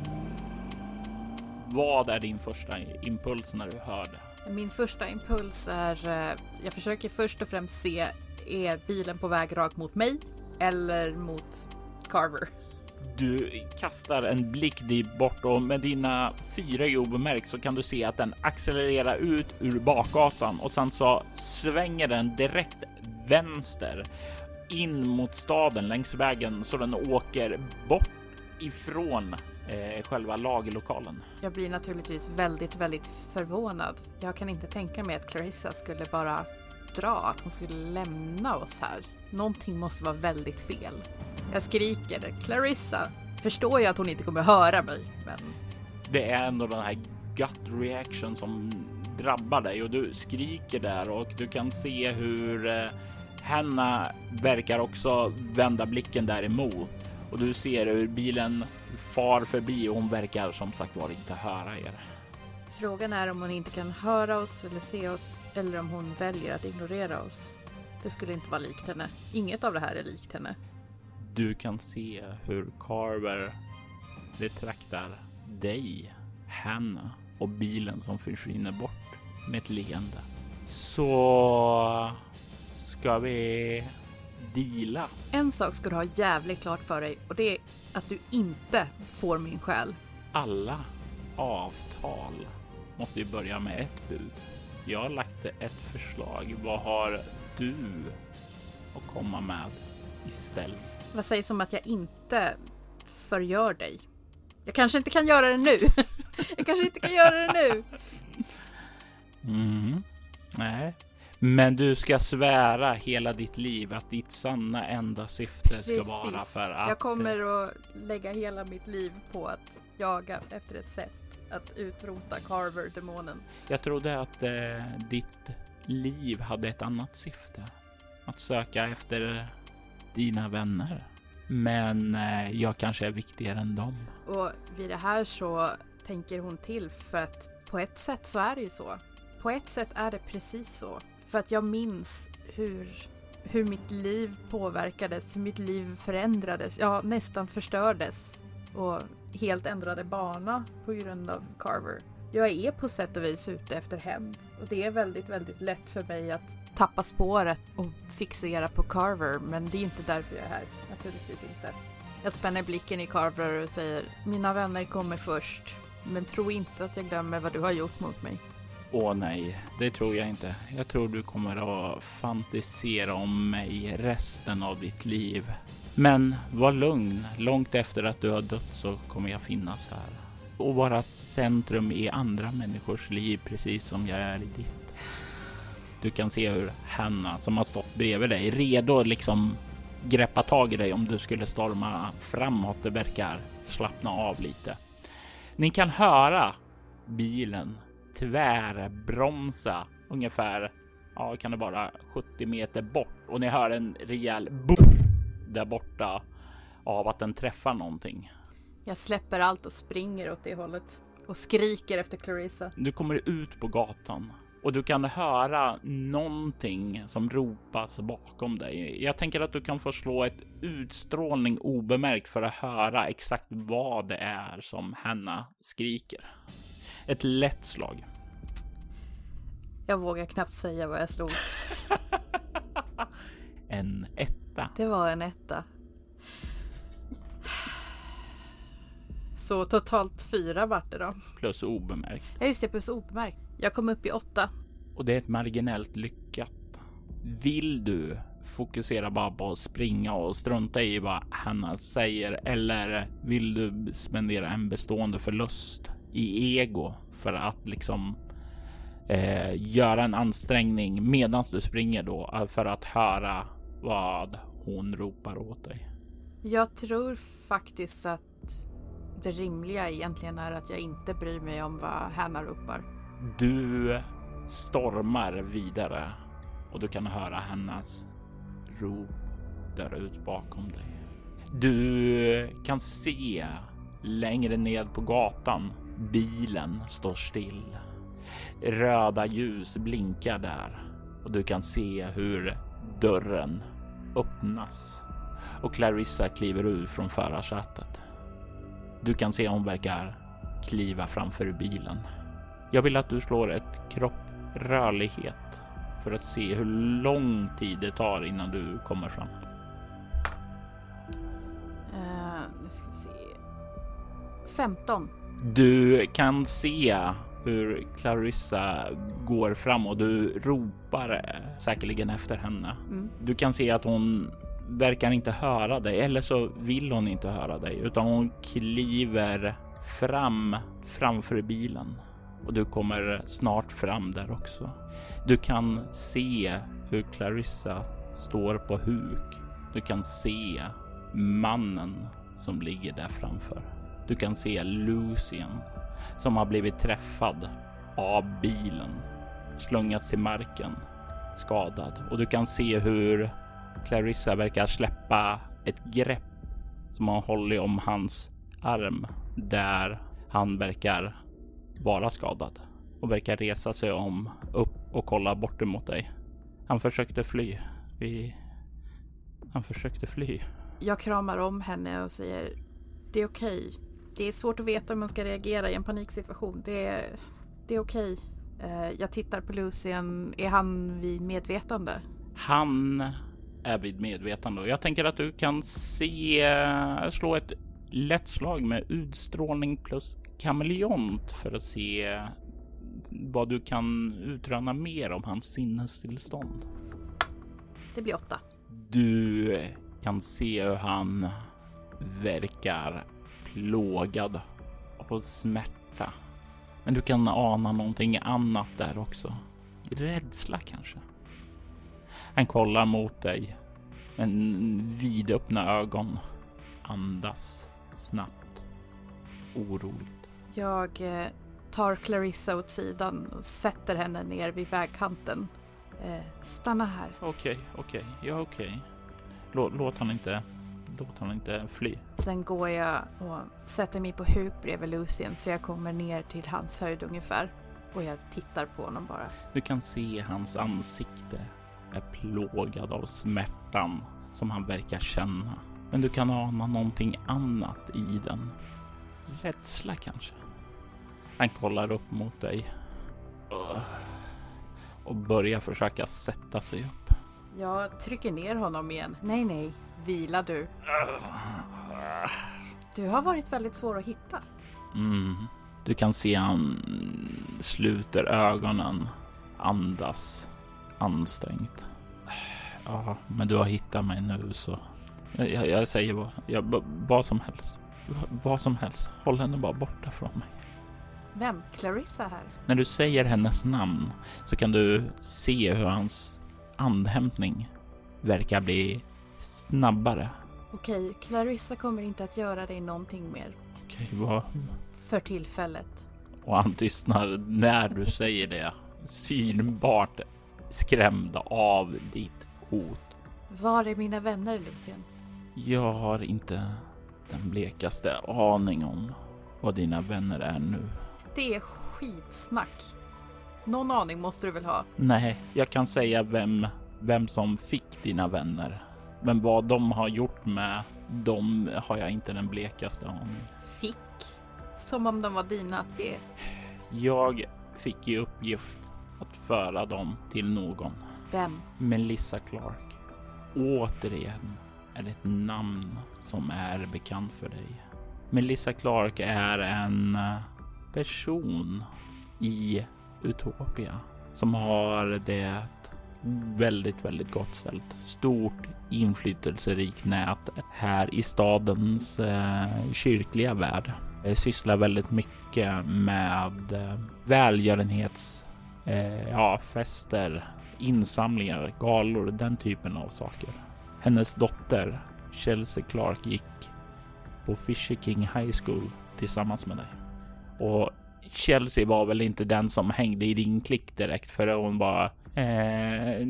Vad är din första impuls när du hör det? Min första impuls är, jag försöker först och främst se, är bilen på väg rakt mot mig eller mot Carver? Du kastar en blick dit bort och med dina fyra i obemärkt så kan du se att den accelererar ut ur bakgatan och sen så svänger den direkt vänster in mot staden längs vägen så den åker bort ifrån eh, själva lagerlokalen. Jag blir naturligtvis väldigt, väldigt förvånad. Jag kan inte tänka mig att Clarissa skulle bara dra, att hon skulle lämna oss här. Någonting måste vara väldigt fel. Jag skriker, Clarissa, förstår jag att hon inte kommer höra mig, men... Det är ändå den här gut reaction som drabbar dig och du skriker där och du kan se hur eh, Hanna verkar också vända blicken däremot och du ser hur bilen far förbi och hon verkar som sagt var inte höra er. Frågan är om hon inte kan höra oss eller se oss eller om hon väljer att ignorera oss. Det skulle inte vara likt henne. Inget av det här är likt henne. Du kan se hur Carver betraktar dig, Hanna och bilen som försvinner bort med ett leende. Så ska vi deala. En sak ska du ha jävligt klart för dig och det är att du inte får min själ. Alla avtal måste ju börja med ett bud. Jag har lagt ett förslag. Vad har du att komma med istället? Vad sägs om att jag inte förgör dig? Jag kanske inte kan göra det nu. Jag kanske inte kan göra det nu. Mm. Nej. Men du ska svära hela ditt liv att ditt sanna enda syfte Precis. ska vara för att... Jag kommer att lägga hela mitt liv på att jaga efter ett sätt att utrota Carver-demonen. Jag trodde att eh, ditt liv hade ett annat syfte. Att söka efter dina vänner. Men eh, jag kanske är viktigare än dem. Och vid det här så tänker hon till för att på ett sätt så är det ju så. På ett sätt är det precis så. För att jag minns hur, hur mitt liv påverkades, hur mitt liv förändrades, ja nästan förstördes och helt ändrade bana på grund av Carver. Jag är på sätt och vis ute efter hämnd och det är väldigt, väldigt lätt för mig att tappa spåret och fixera på Carver, men det är inte därför jag är här, naturligtvis inte. Jag spänner blicken i Carver och säger, mina vänner kommer först, men tro inte att jag glömmer vad du har gjort mot mig. Åh nej, det tror jag inte. Jag tror du kommer att fantisera om mig resten av ditt liv. Men var lugn, långt efter att du har dött så kommer jag finnas här. Och vara centrum i andra människors liv precis som jag är i ditt. Du kan se hur Hanna som har stått bredvid dig, redo att liksom greppa tag i dig om du skulle storma framåt. Det verkar slappna av lite. Ni kan höra bilen tvärbromsa ungefär, ja kan det vara sjuttio meter bort och ni hör en rejäl boom där borta av att den träffar någonting. Jag släpper allt och springer åt det hållet och skriker efter Clarissa. Du kommer ut på gatan och du kan höra någonting som ropas bakom dig. Jag tänker att du kan få slå ett utstrålning obemärkt för att höra exakt vad det är som Hanna skriker. Ett lätt slag. Jag vågar knappt säga vad jag slog. En etta. Det var en etta. Så totalt fyra vart det då. Plus obemärkt. Ja just det, plus obemärkt. Jag kom upp i åtta. Och det är ett marginellt lyckat. Vill du fokusera bara på att springa och strunta i vad Hanna säger, eller vill du spendera en bestående förlust i ego för att liksom eh, göra en ansträngning medan du springer då för att höra vad hon ropar åt dig? Jag tror faktiskt att det rimliga egentligen är att jag inte bryr mig om vad Hanna ropar. Du stormar vidare och du kan höra hennes rop där ut bakom dig. Du kan se längre ned på gatan, bilen står still. Röda ljus blinkar där och du kan se hur dörren öppnas och Clarissa kliver ur från förarsätet. Du kan se hon verkar kliva framför bilen. Jag vill att du slår ett kropprörlighet för att se hur lång tid det tar innan du kommer fram. Uh, nu ska vi femton. Du kan se hur Clarissa går fram och du ropar säkerligen efter henne. Mm. Du kan se att hon verkar inte höra dig, eller så vill hon inte höra dig, utan hon kliver fram framför bilen och du kommer snart fram där också. Du kan se hur Clarissa står på huk. Du kan se mannen som ligger där framför. Du kan se Lucien som har blivit träffad av bilen, slungats till marken, skadad. Och du kan se hur Clarissa verkar släppa ett grepp som har hållit om hans arm där han verkar vara skadad och verkar resa sig om upp och kolla bort emot dig. Han försökte fly. Vi... Han försökte fly. Jag kramar om henne och säger: det är okej. Det är svårt att veta hur man ska reagera i en paniksituation. Det är, det är okej. Jag tittar på Lucien. Är han vid medvetande? Han är vid medvetande. Och jag tänker att du kan se slå ett lätt slag med utstrålning plus kameleont för att se vad du kan utröna mer om hans sinnestillstånd. Det blir åtta. Du kan se hur han verkar plågad av smärta. Men du kan ana någonting annat där också. Rädsla kanske. Han kollar mot dig med vidöppna ögon. Andas snabbt. Oroligt. Jag tar Clarissa åt sidan och sätter henne ner vid vägkanten. Eh, stanna här. Okej, okej. Ja, okej. Låt, låt han inte... Låt han inte fly. Sen går jag och sätter mig på huk bredvid Lucien så jag kommer ner till hans höjd ungefär. Och jag tittar på honom bara. Du kan se hans ansikte är plågad av smärtan som han verkar känna. Men du kan ana någonting annat i den. Rädsla kanske. Han kollar upp mot dig. Och börjar försöka sätta sig upp. Jag trycker ner honom igen. Nej, nej. Vila du. Du har varit väldigt svår att hitta. Mm. Du kan se han sluter ögonen. Andas ansträngt. Ja, men du har hittat mig nu så. Jag, jag, jag säger vad, jag, vad som helst. Vad som helst. Håll henne bara borta från mig. Vem? Clarissa här? När du säger hennes namn så kan du se hur hans andhämtning verkar bli snabbare. Okej, Clarissa kommer inte att göra dig någonting mer. Okej, vad? För tillfället. Och han tystnar när du säger det. Synbart skrämd av ditt hot. Var är mina vänner, Lucien? Jag har inte den blekaste aning om vad dina vänner är nu. Det är skitsnack. Någon aning måste du väl ha? Nej, jag kan säga vem, vem som fick dina vänner. Men vad de har gjort med dem har jag inte den blekaste aning. Fick? Som om de var dina att ge? Jag fick i uppgift att föra dem till någon. Vem? Melissa Clark. Återigen är det ett namn som är bekant för dig. Melissa Clark är en person i Utopia som har det väldigt, väldigt gott ställt. Stort inflytelserikt nät här i stadens eh, kyrkliga värld. Eh, sysslar väldigt mycket med eh, välgörenhets eh, ja, fester, insamlingar, galor, den typen av saker. Hennes dotter Chelsea Clark gick på Fisher King High School tillsammans med dig. Och Chelsea var väl inte den som hängde i din klick direkt, för hon var eh,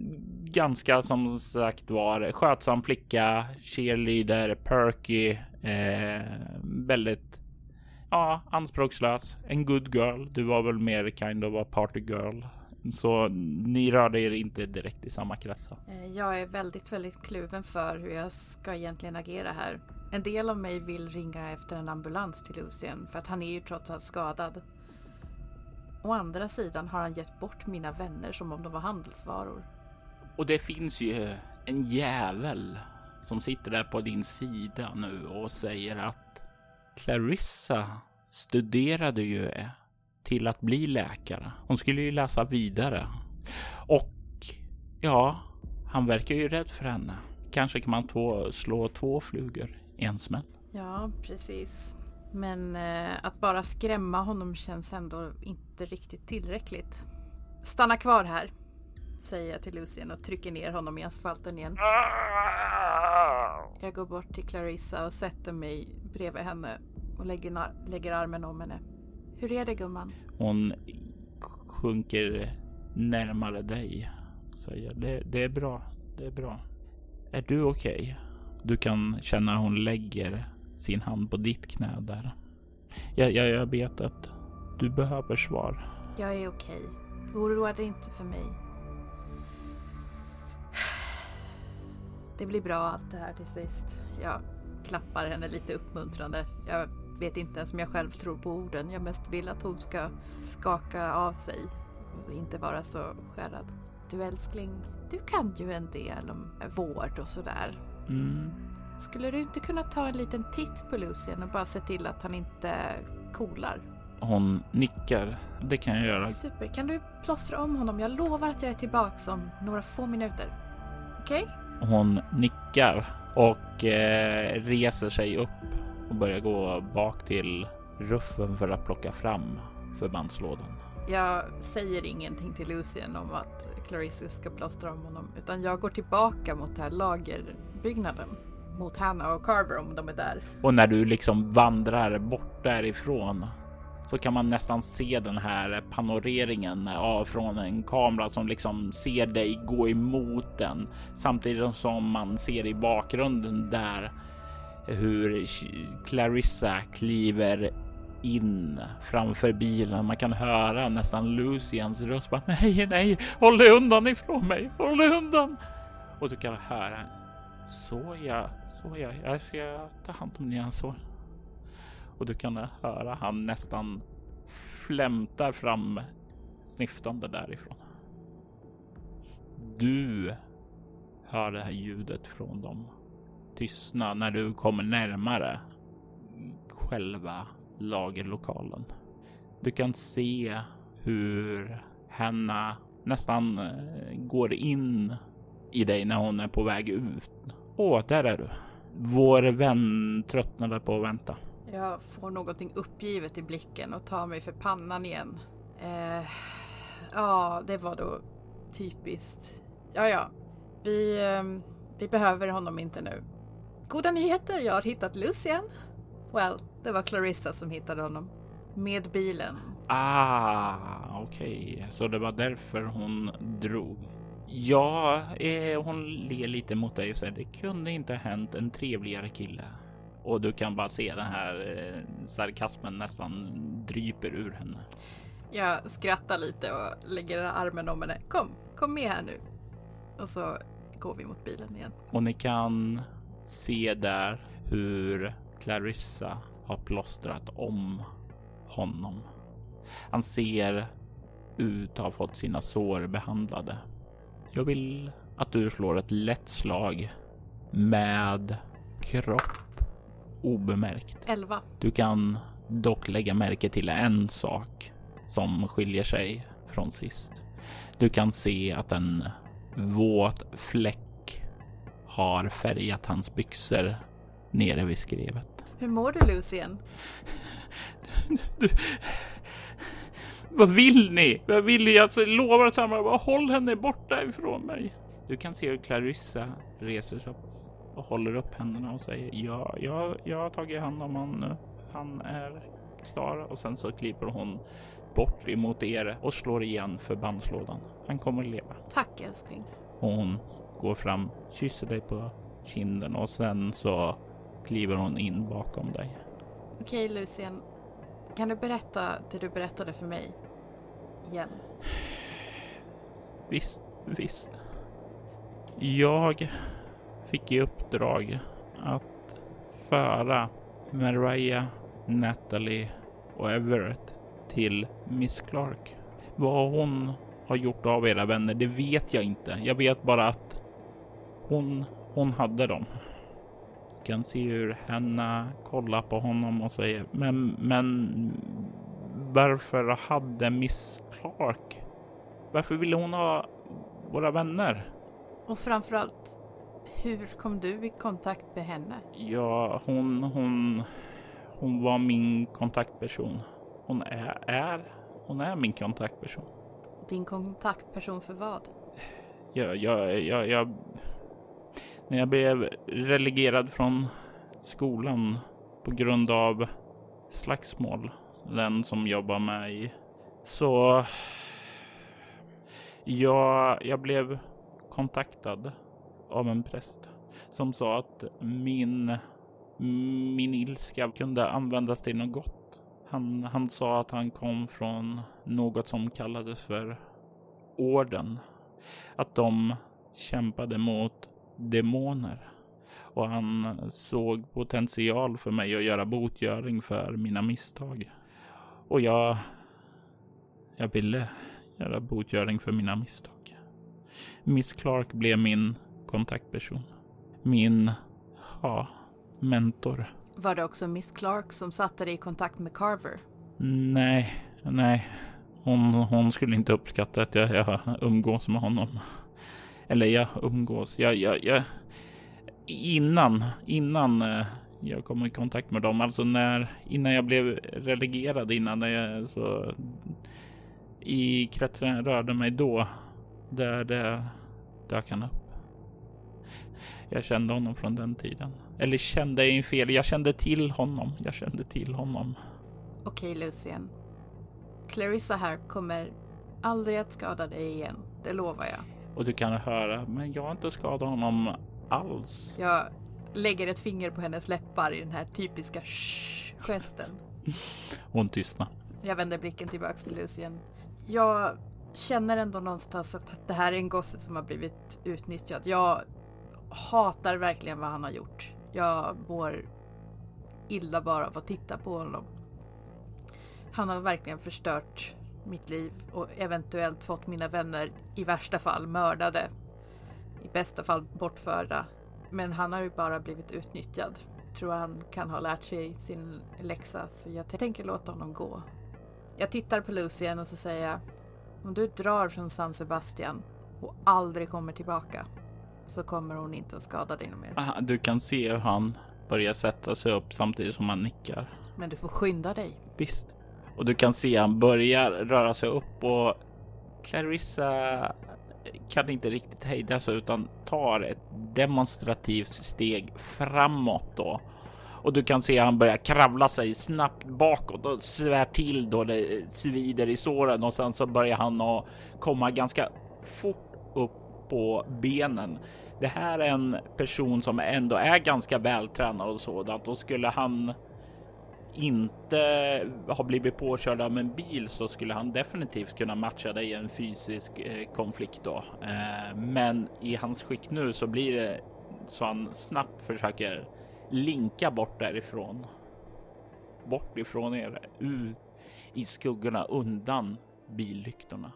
ganska som sagt var skötsam flicka, cheerleader, perky, eh, väldigt ja, anspråkslös, en good girl. Du var väl mer kind of a party girl. Så ni rörde er inte direkt i samma kretsar. Jag är väldigt, väldigt kluven för hur jag ska egentligen agera här. En del av mig vill ringa efter en ambulans till Lucien för att han är ju trots allt skadad. Å andra sidan har han gett bort mina vänner som om de var handelsvaror. Och det finns ju en jävel som sitter där på din sida nu och säger att Clarissa studerade ju till att bli läkare. Hon skulle ju läsa vidare. Och ja, han verkar ju rädd för henne. Kanske kan man två, slå två flugor i en smäll. Ja, precis. Men eh, att bara skrämma honom känns ändå inte riktigt tillräckligt. Stanna kvar här, säger jag till Lucien och trycker ner honom i asfalten igen. Jag går bort till Clarissa och sätter mig bredvid henne och lägger, nar- lägger armen om henne. Hur är det, gumman? Hon sjunker närmare dig. Säger, det, det är bra, det är bra. Är du okej? Okay? Du kan känna att hon lägger sin hand på ditt knä där. Jag, jag, jag vet att du behöver svar. Jag är okej. Oroa dig inte för mig. Det blir bra allt det här till sist. Jag klappar henne lite uppmuntrande. Jag vet inte ens om jag själv tror på orden. Jag mest vill att hon ska skaka av sig och inte vara så skärrad. Du älskling, du kan ju en del om vård och sådär. Mm. Skulle du inte kunna ta en liten titt på Lucien och bara se till att han inte kolar? Hon nickar. Det kan jag göra. Super, kan du plåstra om honom? Jag lovar att jag är tillbaka om några få minuter. Okej? Okay? Hon nickar och eh, reser sig upp och börjar gå bak till ruffen för att plocka fram förbandslådan. Jag säger ingenting till Lucien om att Clarissa ska plåstra om honom, utan jag går tillbaka mot den här lagerbyggnaden. Mot Hannah och Carver om de är där. Och när du liksom vandrar bort därifrån så kan man nästan se den här panoreringen av från en kamera som liksom ser dig gå emot den. Samtidigt som man ser i bakgrunden där hur Clarissa kliver in framför bilen. Man kan höra nästan Luciens röst. Bara, nej, nej, håll dig undan ifrån mig. Håll dig undan. Och du kan höra så ja, så ja, jag ska ta hand om dina sår. Och du kan höra han nästan flämtar fram sniftande därifrån. Du hör det här ljudet från dem tystna när du kommer närmare själva lagerlokalen. Du kan se hur Hannah nästan går in i dig när hon är på väg ut. Åh, där är du. Vår vän tröttnade på att vänta. Jag får någonting uppgivet i blicken och tar mig för pannan igen. Eh, ja, det var då typiskt. Ja, ja. Vi, eh, vi behöver honom inte nu. Goda nyheter, jag har hittat Lucien. Well, det var Clarissa som hittade honom. Med bilen. Ah, okej. Okay. Så det var därför hon drog. Ja, eh, hon ler lite mot dig och säger det kunde inte ha hänt en trevligare kille. Och du kan bara se den här eh, sarkasmen nästan dryper ur henne. Jag skrattar lite och lägger armen om henne. Kom, kom med här nu. Och så går vi mot bilen igen. Och ni kan se där hur Clarissa har plåstrat om honom. Han ser ut att ha fått sina sår behandlade. Jag vill att du slår ett lätt slag med kropp obemärkt. elva. Du kan dock lägga märke till en sak som skiljer sig från sist. Du kan se att en våt fläck har färgat hans byxor nere vid skrevet. Hur mår du, Lucien? Du... Vad vill ni? Vad vill ni? Jag lovar samma. Bara håll henne borta ifrån mig. Du kan se hur Clarissa reser sig upp och håller upp händerna och säger ja, jag, jag har tagit hand om honom nu. Han är klar. Och sen så kliver hon bort emot er och slår igen förbandslådan. Han kommer att leva. Tack, älskling. Och hon går fram, kysser dig på kinden och sen så kliver hon in bakom dig. Okej, Lucien. Kan du berätta det du berättade för mig igen? Visst, visst. Jag fick i uppdrag att föra Mariah, Natalie och Everett till Miss Clark. Vad hon har gjort av era vänner, det vet jag inte. Jag vet bara att hon, hon hade dem. kan se hur Hanna kollar på honom och säger men, men varför hade Miss Clark? Varför ville hon ha våra vänner? Och framförallt, hur kom du i kontakt med henne? Ja, hon, hon, hon var min kontaktperson. Hon är, är, hon är min kontaktperson. Din kontaktperson för vad? Jag, jag, jag, jag, när jag blev relegerad från skolan på grund av slagsmål, den som jobbar med i, så jag, jag blev kontaktad av en präst som sa att min, min ilska kunde användas till något gott. Han, han sa att han kom från något som kallades för orden. Att de kämpade mot demoner. Och han såg potential för mig att göra botgöring för mina misstag. Och jag, jag ville göra botgöring för mina misstag. Miss Clark blev min kontaktperson. Min, ja, mentor. Var det också Miss Clark som satte dig i kontakt med Carver? Nej, nej. Hon, hon skulle inte uppskatta att jag, jag umgås med honom. Eller jag umgås. Jag, jag, jag, innan, innan jag kom i kontakt med dem. Alltså när, innan jag blev relegerad. Innan jag så i kretsen jag rörde mig då. Där det dök han upp. Jag kände honom från den tiden. Eller kände jag fel. Jag kände till honom. Jag kände till honom. Okej, Lucien. Clarissa här kommer aldrig att skada dig igen. Det lovar jag. Och du kan höra, men jag har inte skadat honom alls. Jag lägger ett finger på hennes läppar i den här typiska shh-gesten. Hon tystnar. Jag vänder blicken tillbaka till Lucien. Jag känner ändå någonstans att det här är en gosse som har blivit utnyttjad. Jag hatar verkligen vad han har gjort. Jag mår illa bara av att titta på honom. Han har verkligen förstört mitt liv och eventuellt fått mina vänner i värsta fall mördade. I bästa fall bortförda. Men han har ju bara blivit utnyttjad. Jag tror han kan ha lärt sig sin läxa, så jag tänker låta honom gå. Jag tittar på Lucien och så säger jag: om du drar från San Sebastian och aldrig kommer tillbaka, så kommer hon inte att skada dig mer. Aha, du kan se hur han börjar sätta sig upp samtidigt som han nickar. Men du får skynda dig. Visst. Och du kan se han börjar röra sig upp och Clarissa kan inte riktigt hejda sig utan tar ett demonstrativt steg framåt då. Och du kan se han börjar kravla sig snabbt bakåt och svär till då det svider i såren. Och sen så börjar han att komma ganska fort upp på benen. Det här är en person som ändå är ganska vältränad och sådant. Och skulle han inte ha blivit påkörd av en bil så skulle han definitivt kunna matcha dig i en fysisk eh, konflikt då. Eh, men i hans skick nu så blir det så han snabbt försöker linka bort därifrån. Bort ifrån er, ut i skuggorna, undan billyktorna.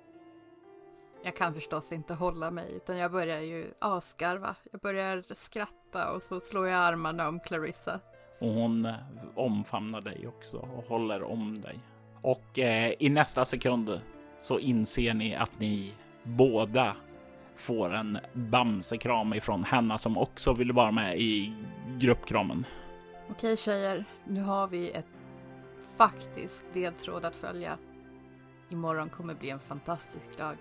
Jag kan förstås inte hålla mig, utan jag börjar ju asgarva. Jag börjar skratta och så slår jag armarna om Clarissa. Och hon omfamnar dig också och håller om dig. Och eh, i nästa sekund så inser ni att ni båda får en bamsekram ifrån Hanna som också vill vara med i gruppkramen. Okej tjejer, nu har vi ett faktiskt ledtråd att följa. Imorgon kommer bli en fantastisk dag.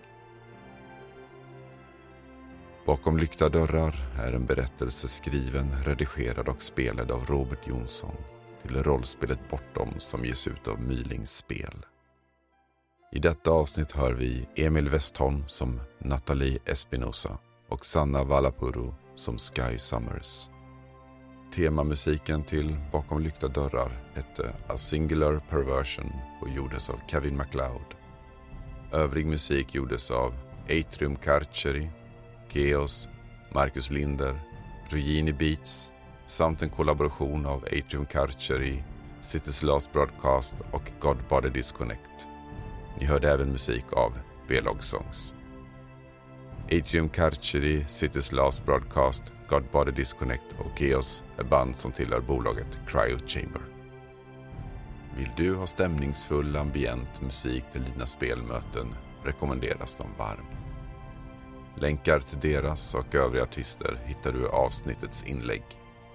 Bakom lyckta dörrar är en berättelse skriven, redigerad och spelad av Robert Jonsson till rollspelet Bortom som ges ut av Mylings spel. I detta avsnitt hör vi Emil Westholm som Nathalie Espinosa och Sanna Vallapuro som Sky Summers. Temamusiken till Bakom lyckta dörrar hette A Singular Perversion och gjordes av Kevin MacLeod. Övrig musik gjordes av Atrium Carceri, Geos, Marcus Linder, Regini Beats samt en kollaboration av Atrium Carceri, City's Last Broadcast och God Body Disconnect. Ni hörde även musik av V-Log Songs. Atrium Carceri, City's Last Broadcast, Guard Body Disconnect och Chaos är band som tillhör bolaget Cryo Chamber. Vill du ha stämningsfull ambient musik till dina spelmöten rekommenderas de varmt. Länkar till deras och övriga artister hittar du i avsnittets inlägg.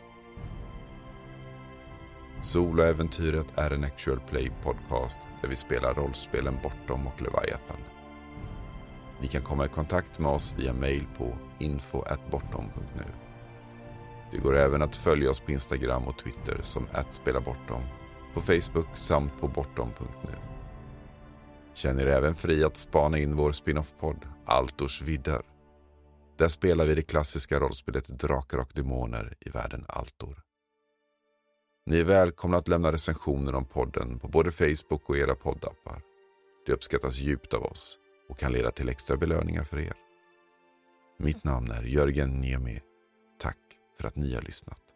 Soloäventyret är en actual play podcast där vi spelar rollspelen Bortom och Leviathan. Ni kan komma i kontakt med oss via mail på info at bortom punkt nu. Det går även att följa oss på Instagram och Twitter som at spelabortom, på Facebook samt på bortom punkt nu. Känn er även fri att spana in vår spin-off-podd Altors vidder. Där spelar vi det klassiska rollspelet Drakar och Demoner i världen Altor. Ni är välkomna att lämna recensioner om podden på både Facebook och era poddappar. Det uppskattas djupt av oss och kan leda till extra belöningar för er. Mitt namn är Jörgen Niemi. Tack för att ni har lyssnat.